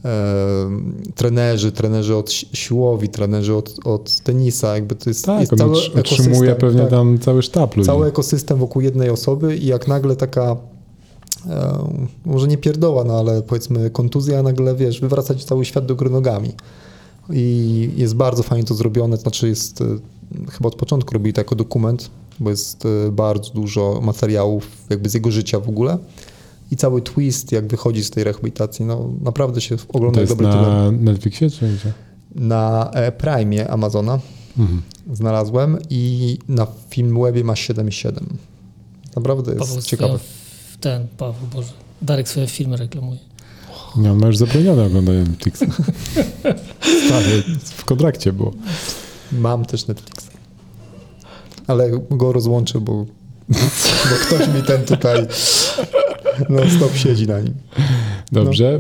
Speaker 4: trenerzy od siłowni, trenerzy od tenisa, jakby to jest,
Speaker 1: tak,
Speaker 4: jest
Speaker 1: on
Speaker 4: cały
Speaker 1: otrzymuje pewnie
Speaker 4: tak.
Speaker 1: tam cały sztab ludzi.
Speaker 4: Cały ekosystem wokół jednej osoby i jak nagle taka może nie pierdoła, no ale powiedzmy kontuzja, nagle wiesz, wywraca ci cały świat do góry nogami. I jest bardzo fajnie to zrobione, znaczy jest, chyba od początku robili to jako dokument, bo jest bardzo dużo materiałów jakby z jego życia w ogóle i cały twist jak wychodzi z tej rehabilitacji, no naprawdę się ogląda.
Speaker 1: To jest
Speaker 4: dobry
Speaker 1: na Netflixie czy gdzie?
Speaker 4: Na Prime'ie Amazona znalazłem i na Filmwebie ma 7,7. Naprawdę jest
Speaker 2: Paweł
Speaker 4: ciekawe.
Speaker 2: Paweł, Boże. Darek swoje filmy reklamuje.
Speaker 1: Nie, on ma już zabronione oglądanie Netflixa. Stary, w kontrakcie było.
Speaker 4: Mam też Netflixa. Ale go rozłączę, bo ktoś mi ten tutaj non-stop siedzi na nim.
Speaker 1: Dobrze.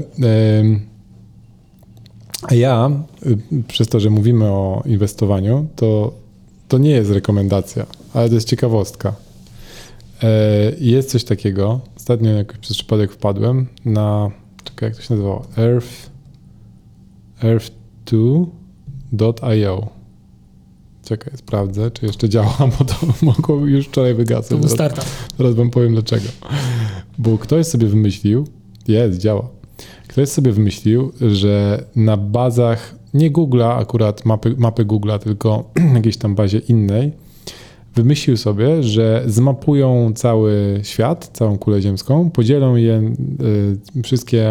Speaker 1: A ja, przez to, że mówimy o inwestowaniu, to nie jest rekomendacja, ale to jest ciekawostka. Jest coś takiego, ostatnio jakoś przez przypadek wpadłem na, czekaj, jak to się nazywało, earth2.io. Czekaj, sprawdzę, czy jeszcze działa, bo to mogło już wczoraj wygasnąć.
Speaker 2: To był startup.
Speaker 1: Teraz wam powiem dlaczego. Bo ktoś sobie wymyślił, działa. Ktoś sobie wymyślił, że na bazach, nie Google'a, akurat mapy Google'a, tylko jakiejś tam bazie innej, wymyślił sobie, że zmapują cały świat, całą kulę ziemską, podzielą je wszystkie,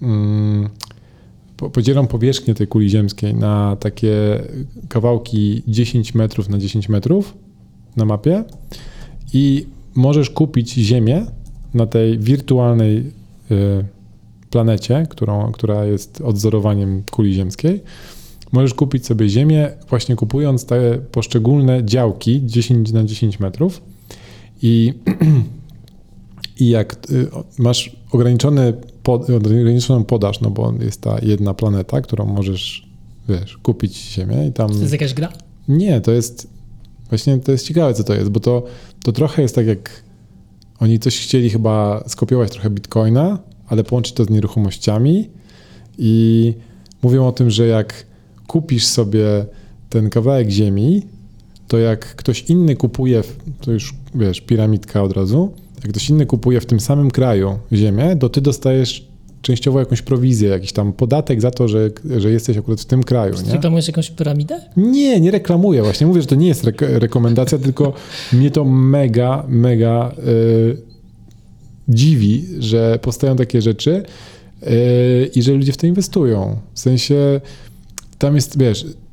Speaker 1: podzielą powierzchnię tej kuli ziemskiej na takie kawałki 10 metrów na 10 metrów na mapie i możesz kupić ziemię na tej wirtualnej planecie, która jest odzorowaniem kuli ziemskiej. Możesz kupić sobie ziemię właśnie kupując te poszczególne działki 10 na 10 metrów i jak masz ograniczoną podaż, no bo jest ta jedna planeta, którą możesz, kupić ziemię i tam...
Speaker 2: To jest jakaś gra?
Speaker 1: Nie, to jest ciekawe, co to jest, bo to trochę jest tak, jak oni coś chcieli chyba skopiować trochę Bitcoina, ale połączyć to z nieruchomościami i mówią o tym, że jak kupisz sobie ten kawałek ziemi, to jak ktoś inny kupuje, to już piramidka od razu, jak ktoś inny kupuje w tym samym kraju ziemię, to ty dostajesz częściowo jakąś prowizję, jakiś tam podatek za to, że jesteś akurat w tym kraju.
Speaker 2: Czy reklamujesz jakąś piramidę?
Speaker 1: Nie reklamuję. Właśnie mówię, że to nie jest rekomendacja, tylko mnie to mega dziwi, że powstają takie rzeczy i że ludzie w to inwestują. W sensie tam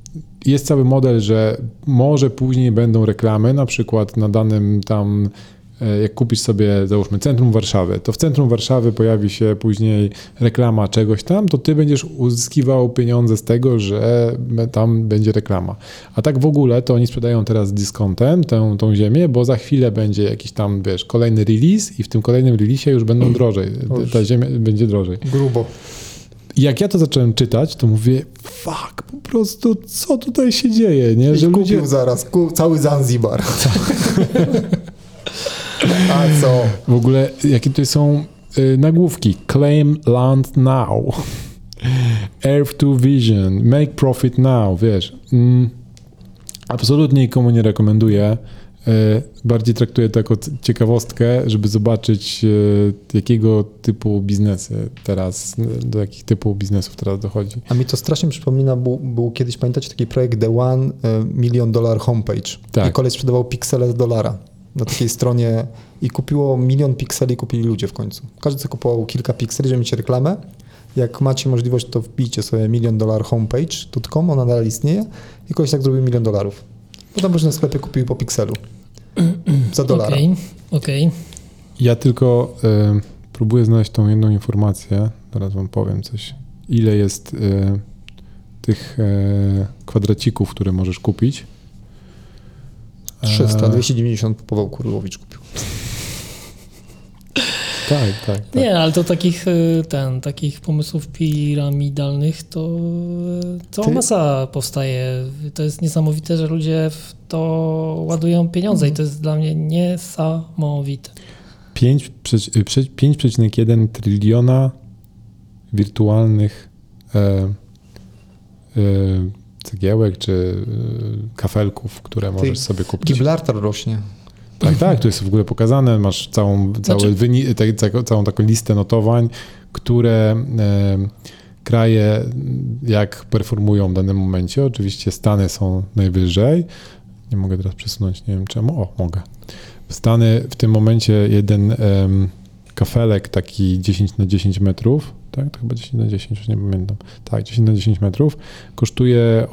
Speaker 1: jest cały model, że może później będą reklamy, na przykład na danym tam jak kupisz sobie, załóżmy, centrum Warszawy, to w centrum Warszawy pojawi się później reklama czegoś tam, to ty będziesz uzyskiwał pieniądze z tego, że tam będzie reklama. A tak w ogóle to oni sprzedają teraz z dyskontem tą ziemię, bo za chwilę będzie jakiś tam, wiesz, kolejny release i w tym kolejnym releasie już będą drożej. Ta ziemia będzie drożej.
Speaker 4: Grubo.
Speaker 1: I jak ja to zacząłem czytać, to mówię, fuck, po prostu co tutaj się dzieje, nie?
Speaker 4: Że kupił zaraz cały Zanzibar. A co?
Speaker 1: W ogóle jakie to są nagłówki. Claim land now. Earth to vision. Make profit now, wiesz. Absolutnie nikomu nie rekomenduję. Bardziej traktuję to jako ciekawostkę, żeby zobaczyć jakiego typu biznesy teraz, do jakich typów biznesów teraz dochodzi.
Speaker 4: A mi to strasznie przypomina, był kiedyś, pamiętacie, taki projekt The One $1 Million Homepage.
Speaker 1: Tak.
Speaker 4: I koleś sprzedawał piksele z dolara na takiej stronie i kupiło 1 milion pikseli, kupili ludzie w końcu. Każdy sobie kupował kilka pikseli, żeby mieć reklamę. Jak macie możliwość, to wbijcie sobie $1 Million homepage.com, ona nadal istnieje i koleś tak zrobił $1 milion. Potem może na sklepie kupił po pikselu za dolara.
Speaker 2: Okej.
Speaker 1: Ja tylko próbuję znaleźć tą jedną informację, zaraz wam powiem coś. Ile jest tych kwadracików, które możesz kupić?
Speaker 4: 290 kupował Kurłowicz kupił.
Speaker 1: Tak.
Speaker 2: Nie, ale to takich pomysłów piramidalnych to cała masa powstaje. To jest niesamowite, że ludzie w to ładują pieniądze i to jest dla mnie niesamowite.
Speaker 1: 5,1 tryliona wirtualnych cegiełek czy kafelków, które możesz sobie kupić.
Speaker 4: Gibraltar rośnie.
Speaker 1: Tak, to jest w ogóle pokazane. Masz całą taką listę notowań, które kraje jak performują w danym momencie. Oczywiście Stany są najwyżej. Nie mogę teraz przesunąć, nie wiem czemu. O, mogę. Stany w tym momencie jeden kafelek taki 10 na 10 metrów, tak? To chyba 10 na 10, już nie pamiętam. Tak, 10 na 10 metrów kosztuje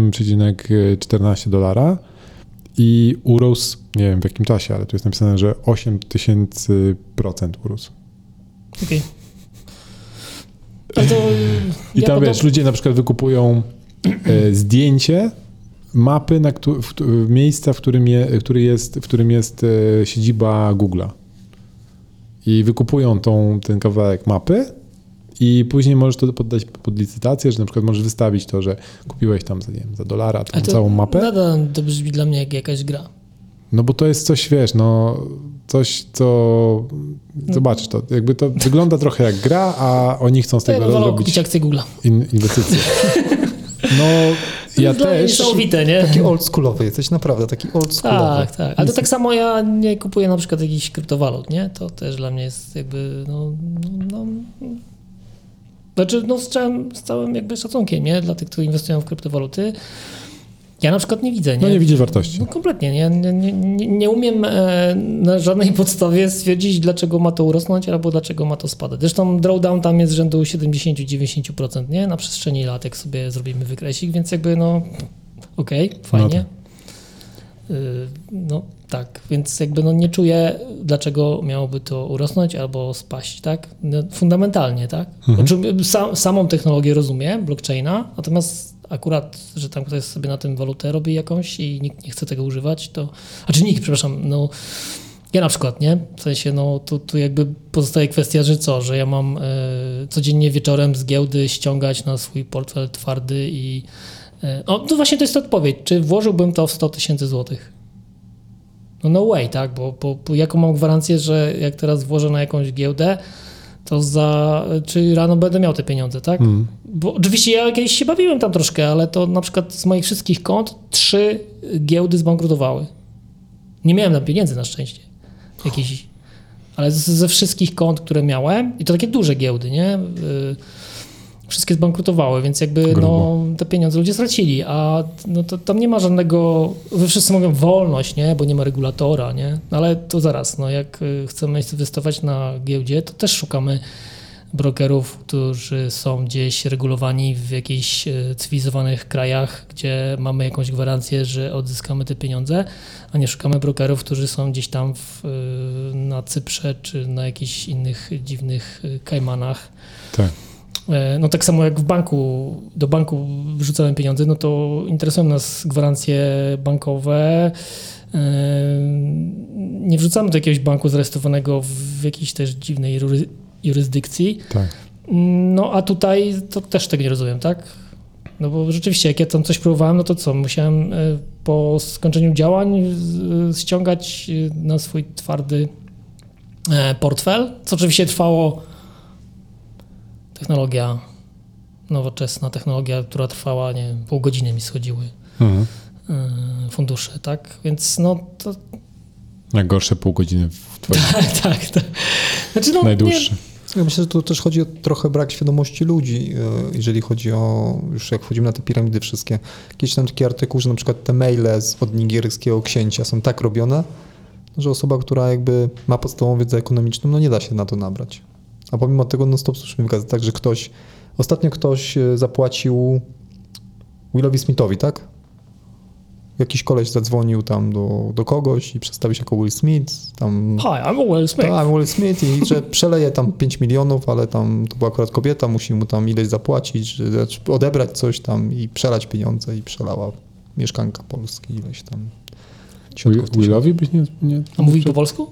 Speaker 1: $8,14 i urósł, nie wiem w jakim czasie, ale tu jest napisane, że 8000% urósł.
Speaker 2: Okej. Okay.
Speaker 1: I tam wiesz, ludzie na przykład wykupują zdjęcie mapy miejsca, w którym jest siedziba Google'a. I wykupują ten kawałek mapy i później możesz to poddać pod licytację, że na przykład możesz wystawić to, że kupiłeś tam za, nie wiem, za $1 tą całą mapę.
Speaker 2: Nadal to brzmi dla mnie jak jakaś gra.
Speaker 1: No bo to jest coś, wiesz, coś, co... Zobaczysz to. Jakby to wygląda trochę jak gra, a oni chcą z tego zrobić
Speaker 2: kupić akcję Google'a.
Speaker 1: Inwestycje. No, ja też...
Speaker 2: Niesamowite, nie?
Speaker 4: Taki oldschoolowy jesteś, naprawdę, taki oldschoolowy.
Speaker 2: Tak. Ale to tak samo ja nie kupuję na przykład jakichś kryptowalut, nie? To też dla mnie jest jakby, Znaczy, z całym jakby szacunkiem, nie? Dla tych, którzy inwestują w kryptowaluty. Ja na przykład nie widzę, nie?
Speaker 1: No nie widzisz wartości.
Speaker 2: No kompletnie, nie umiem na żadnej podstawie stwierdzić, dlaczego ma to urosnąć, albo dlaczego ma to spadać. Zresztą drawdown tam jest z rzędu 70-90%, nie? Na przestrzeni lat, jak sobie zrobimy wykresik, więc jakby okej, fajnie. Tak, więc jakby nie czuję, dlaczego miałoby to urosnąć albo spaść, tak? Fundamentalnie, tak? Znaczy, samą technologię rozumiem, blockchaina, natomiast akurat, że tam ktoś sobie na tym walutę robi jakąś i nikt nie chce tego używać, to... ja na przykład, nie? W sensie, tu jakby pozostaje kwestia, że ja mam codziennie wieczorem z giełdy ściągać na swój portfel twardy i... to właśnie to jest odpowiedź. Czy włożyłbym to w 100 000 złotych? No way, tak? Bo jaką mam gwarancję, że jak teraz włożę na jakąś giełdę, to czy rano będę miał te pieniądze, tak? Bo oczywiście ja kiedyś się bawiłem tam troszkę, ale to na przykład z moich wszystkich kont 3 giełdy zbankrutowały. Nie miałem tam pieniędzy na szczęście. Ale ze wszystkich kont, które miałem, i to takie duże giełdy, nie? Wszystkie zbankrutowały, więc jakby te pieniądze ludzie stracili, a to tam nie ma żadnego, wszyscy mówią wolność, nie? Bo nie ma regulatora, nie? Ale to zaraz, jak chcemy inwestować na giełdzie, to też szukamy brokerów, którzy są gdzieś regulowani w jakichś cywilizowanych krajach, gdzie mamy jakąś gwarancję, że odzyskamy te pieniądze, a nie szukamy brokerów, którzy są gdzieś tam na Cyprze czy na jakichś innych dziwnych Kajmanach.
Speaker 1: Tak.
Speaker 2: No tak samo jak do banku wrzucamy pieniądze, no to interesują nas gwarancje bankowe. Nie wrzucamy do jakiegoś banku zarejestrowanego w jakiejś też dziwnej jurysdykcji.
Speaker 1: Tak.
Speaker 2: No a tutaj to też tego nie rozumiem, tak? No bo rzeczywiście, jak ja tam coś próbowałem, no to co? Musiałem po skończeniu działań ściągać na swój twardy portfel, co oczywiście trwało. Technologia, nowoczesna technologia, która trwała, nie wiem, pół godziny mi schodziły fundusze, tak? Więc no to...
Speaker 1: Najgorsze pół godziny w twoim
Speaker 2: tak. Znaczy, no,
Speaker 1: najdłuższe.
Speaker 4: Ja myślę, że tu też chodzi o trochę brak świadomości ludzi, jeżeli chodzi o, już jak wchodzimy na te piramidy wszystkie. Kiedyś tam taki artykuł, że na przykład te maile od nigeryjskiego księcia są tak robione, że osoba, która jakby ma podstawową wiedzę ekonomiczną, no nie da się na to nabrać. A pomimo tego non-stop słyszymy w gazetach, że ostatnio ktoś zapłacił Willowi Smithowi, tak? Jakiś koleś zadzwonił tam do kogoś i przedstawił się jako Will Smith. Tam,
Speaker 2: Hi, I'm Will Smith.
Speaker 4: Tak, Will Smith i że przeleje tam 5 milionów, ale tam to była akurat kobieta, musi mu tam ileś zapłacić, znaczy odebrać coś tam i przelać pieniądze i przelała mieszkanka Polski ileś tam środków tysięcy.
Speaker 1: Willowi byś nie...
Speaker 2: A mówi po polsku?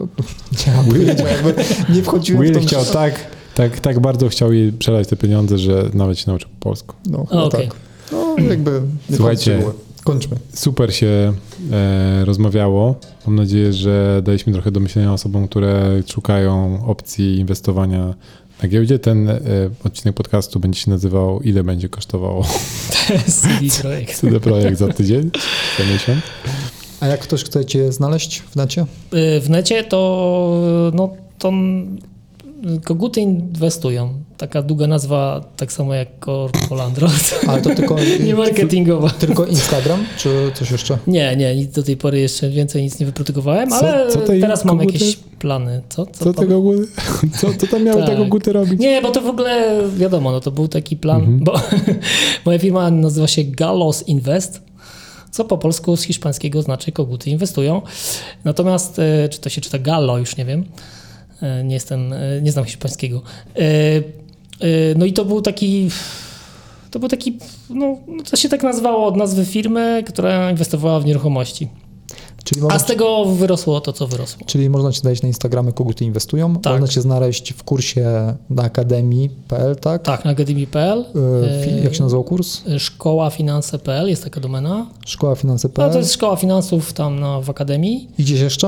Speaker 4: Nie wchodziłem w
Speaker 1: Will
Speaker 4: tą...
Speaker 1: chciał tak bardzo chciał jej przelać te pieniądze, że nawet się nauczył po polsku.
Speaker 4: No,
Speaker 2: Okej.
Speaker 4: tak. No jakby...
Speaker 1: Słuchajcie,
Speaker 4: kończmy.
Speaker 1: super się rozmawiało. Mam nadzieję, że daliśmy trochę do myślenia osobom, które szukają opcji inwestowania na giełdzie. Ten odcinek podcastu będzie się nazywał Ile będzie kosztowało
Speaker 2: CD Projekt.
Speaker 1: CD Projekt za tydzień, za miesiąc.
Speaker 4: A jak ktoś chce cię znaleźć w necie?
Speaker 2: W necie to koguty inwestują. Taka długa nazwa, tak samo jak Polandro.
Speaker 4: Ale to tylko...
Speaker 2: Nie marketingowa.
Speaker 4: Tylko Instagram, czy coś jeszcze?
Speaker 2: Nie, do tej pory jeszcze więcej nic nie wyprodukowałem, ale teraz mam jakieś plany. Co
Speaker 1: Co tam miały
Speaker 2: Tak.
Speaker 1: te koguty robić?
Speaker 2: Nie, bo to w ogóle wiadomo, no to był taki plan, bo moja firma nazywa się Gallos Invest, co po polsku z hiszpańskiego znaczy koguty inwestują. Natomiast, czy to się czyta Gallo, już nie wiem, nie znam hiszpańskiego. No i to był taki, no to się tak nazwało od nazwy firmy, która inwestowała w nieruchomości. A z tego wyrosło to, co wyrosło.
Speaker 4: Czyli można cię znaleźć na Instagramie Koguty Inwestują.
Speaker 2: Tak.
Speaker 4: Można cię znaleźć w kursie na akademii.pl, tak?
Speaker 2: Tak, na akademii.pl.
Speaker 4: Jak się nazywał kurs?
Speaker 2: Szkołafinanse.pl jest taka domena.
Speaker 4: Szkołafinanse.pl.
Speaker 2: No to jest szkoła finansów tam w akademii.
Speaker 4: Idziesz jeszcze?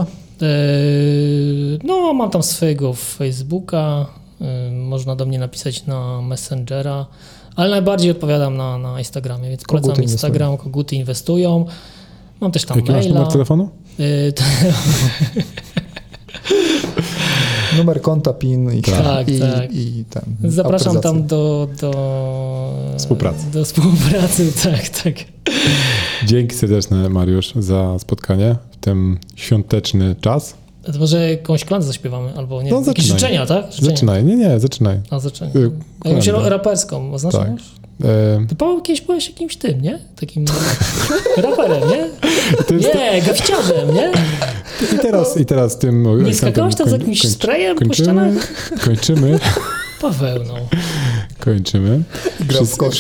Speaker 2: No, mam tam swojego Facebooka, można do mnie napisać na Messengera, ale najbardziej odpowiadam na Instagramie, więc polecam
Speaker 4: Koguty
Speaker 2: Instagram, Koguty Inwestują. Mam też tam
Speaker 1: Jaki masz
Speaker 2: maila.
Speaker 1: numer telefonu?
Speaker 4: Numer konta, PIN i,
Speaker 2: Tak, tak.
Speaker 4: i ten.
Speaker 2: Zapraszam
Speaker 4: autoryzację.
Speaker 2: tam do
Speaker 1: Współpracy.
Speaker 2: Do współpracy, tak.
Speaker 1: Dzięki serdeczne, Mariusz, za spotkanie w ten świąteczny czas.
Speaker 2: To może jakąś kolędę zaśpiewamy, albo nie
Speaker 1: No,
Speaker 2: wiem, jakieś
Speaker 1: zaczynaj.
Speaker 2: życzenia, tak? Życzenia.
Speaker 1: Zaczynaj. Nie, zaczynaj.
Speaker 2: A, zaczynaj.
Speaker 1: Kolędę.
Speaker 2: Jakąś raperską, oznaczasz?
Speaker 1: Tak.
Speaker 2: Ty, Paweł, kiedyś byłeś jakimś tym, nie? Takim raperem, nie?
Speaker 1: To jest
Speaker 2: Nie, gaficiarzem, nie?
Speaker 1: I teraz tym...
Speaker 2: Nie skakałeś tam z jakimś sprayem po ścianach?
Speaker 1: Kończymy.
Speaker 2: Paweł, no.
Speaker 1: Kończymy.
Speaker 4: Grał w kosz.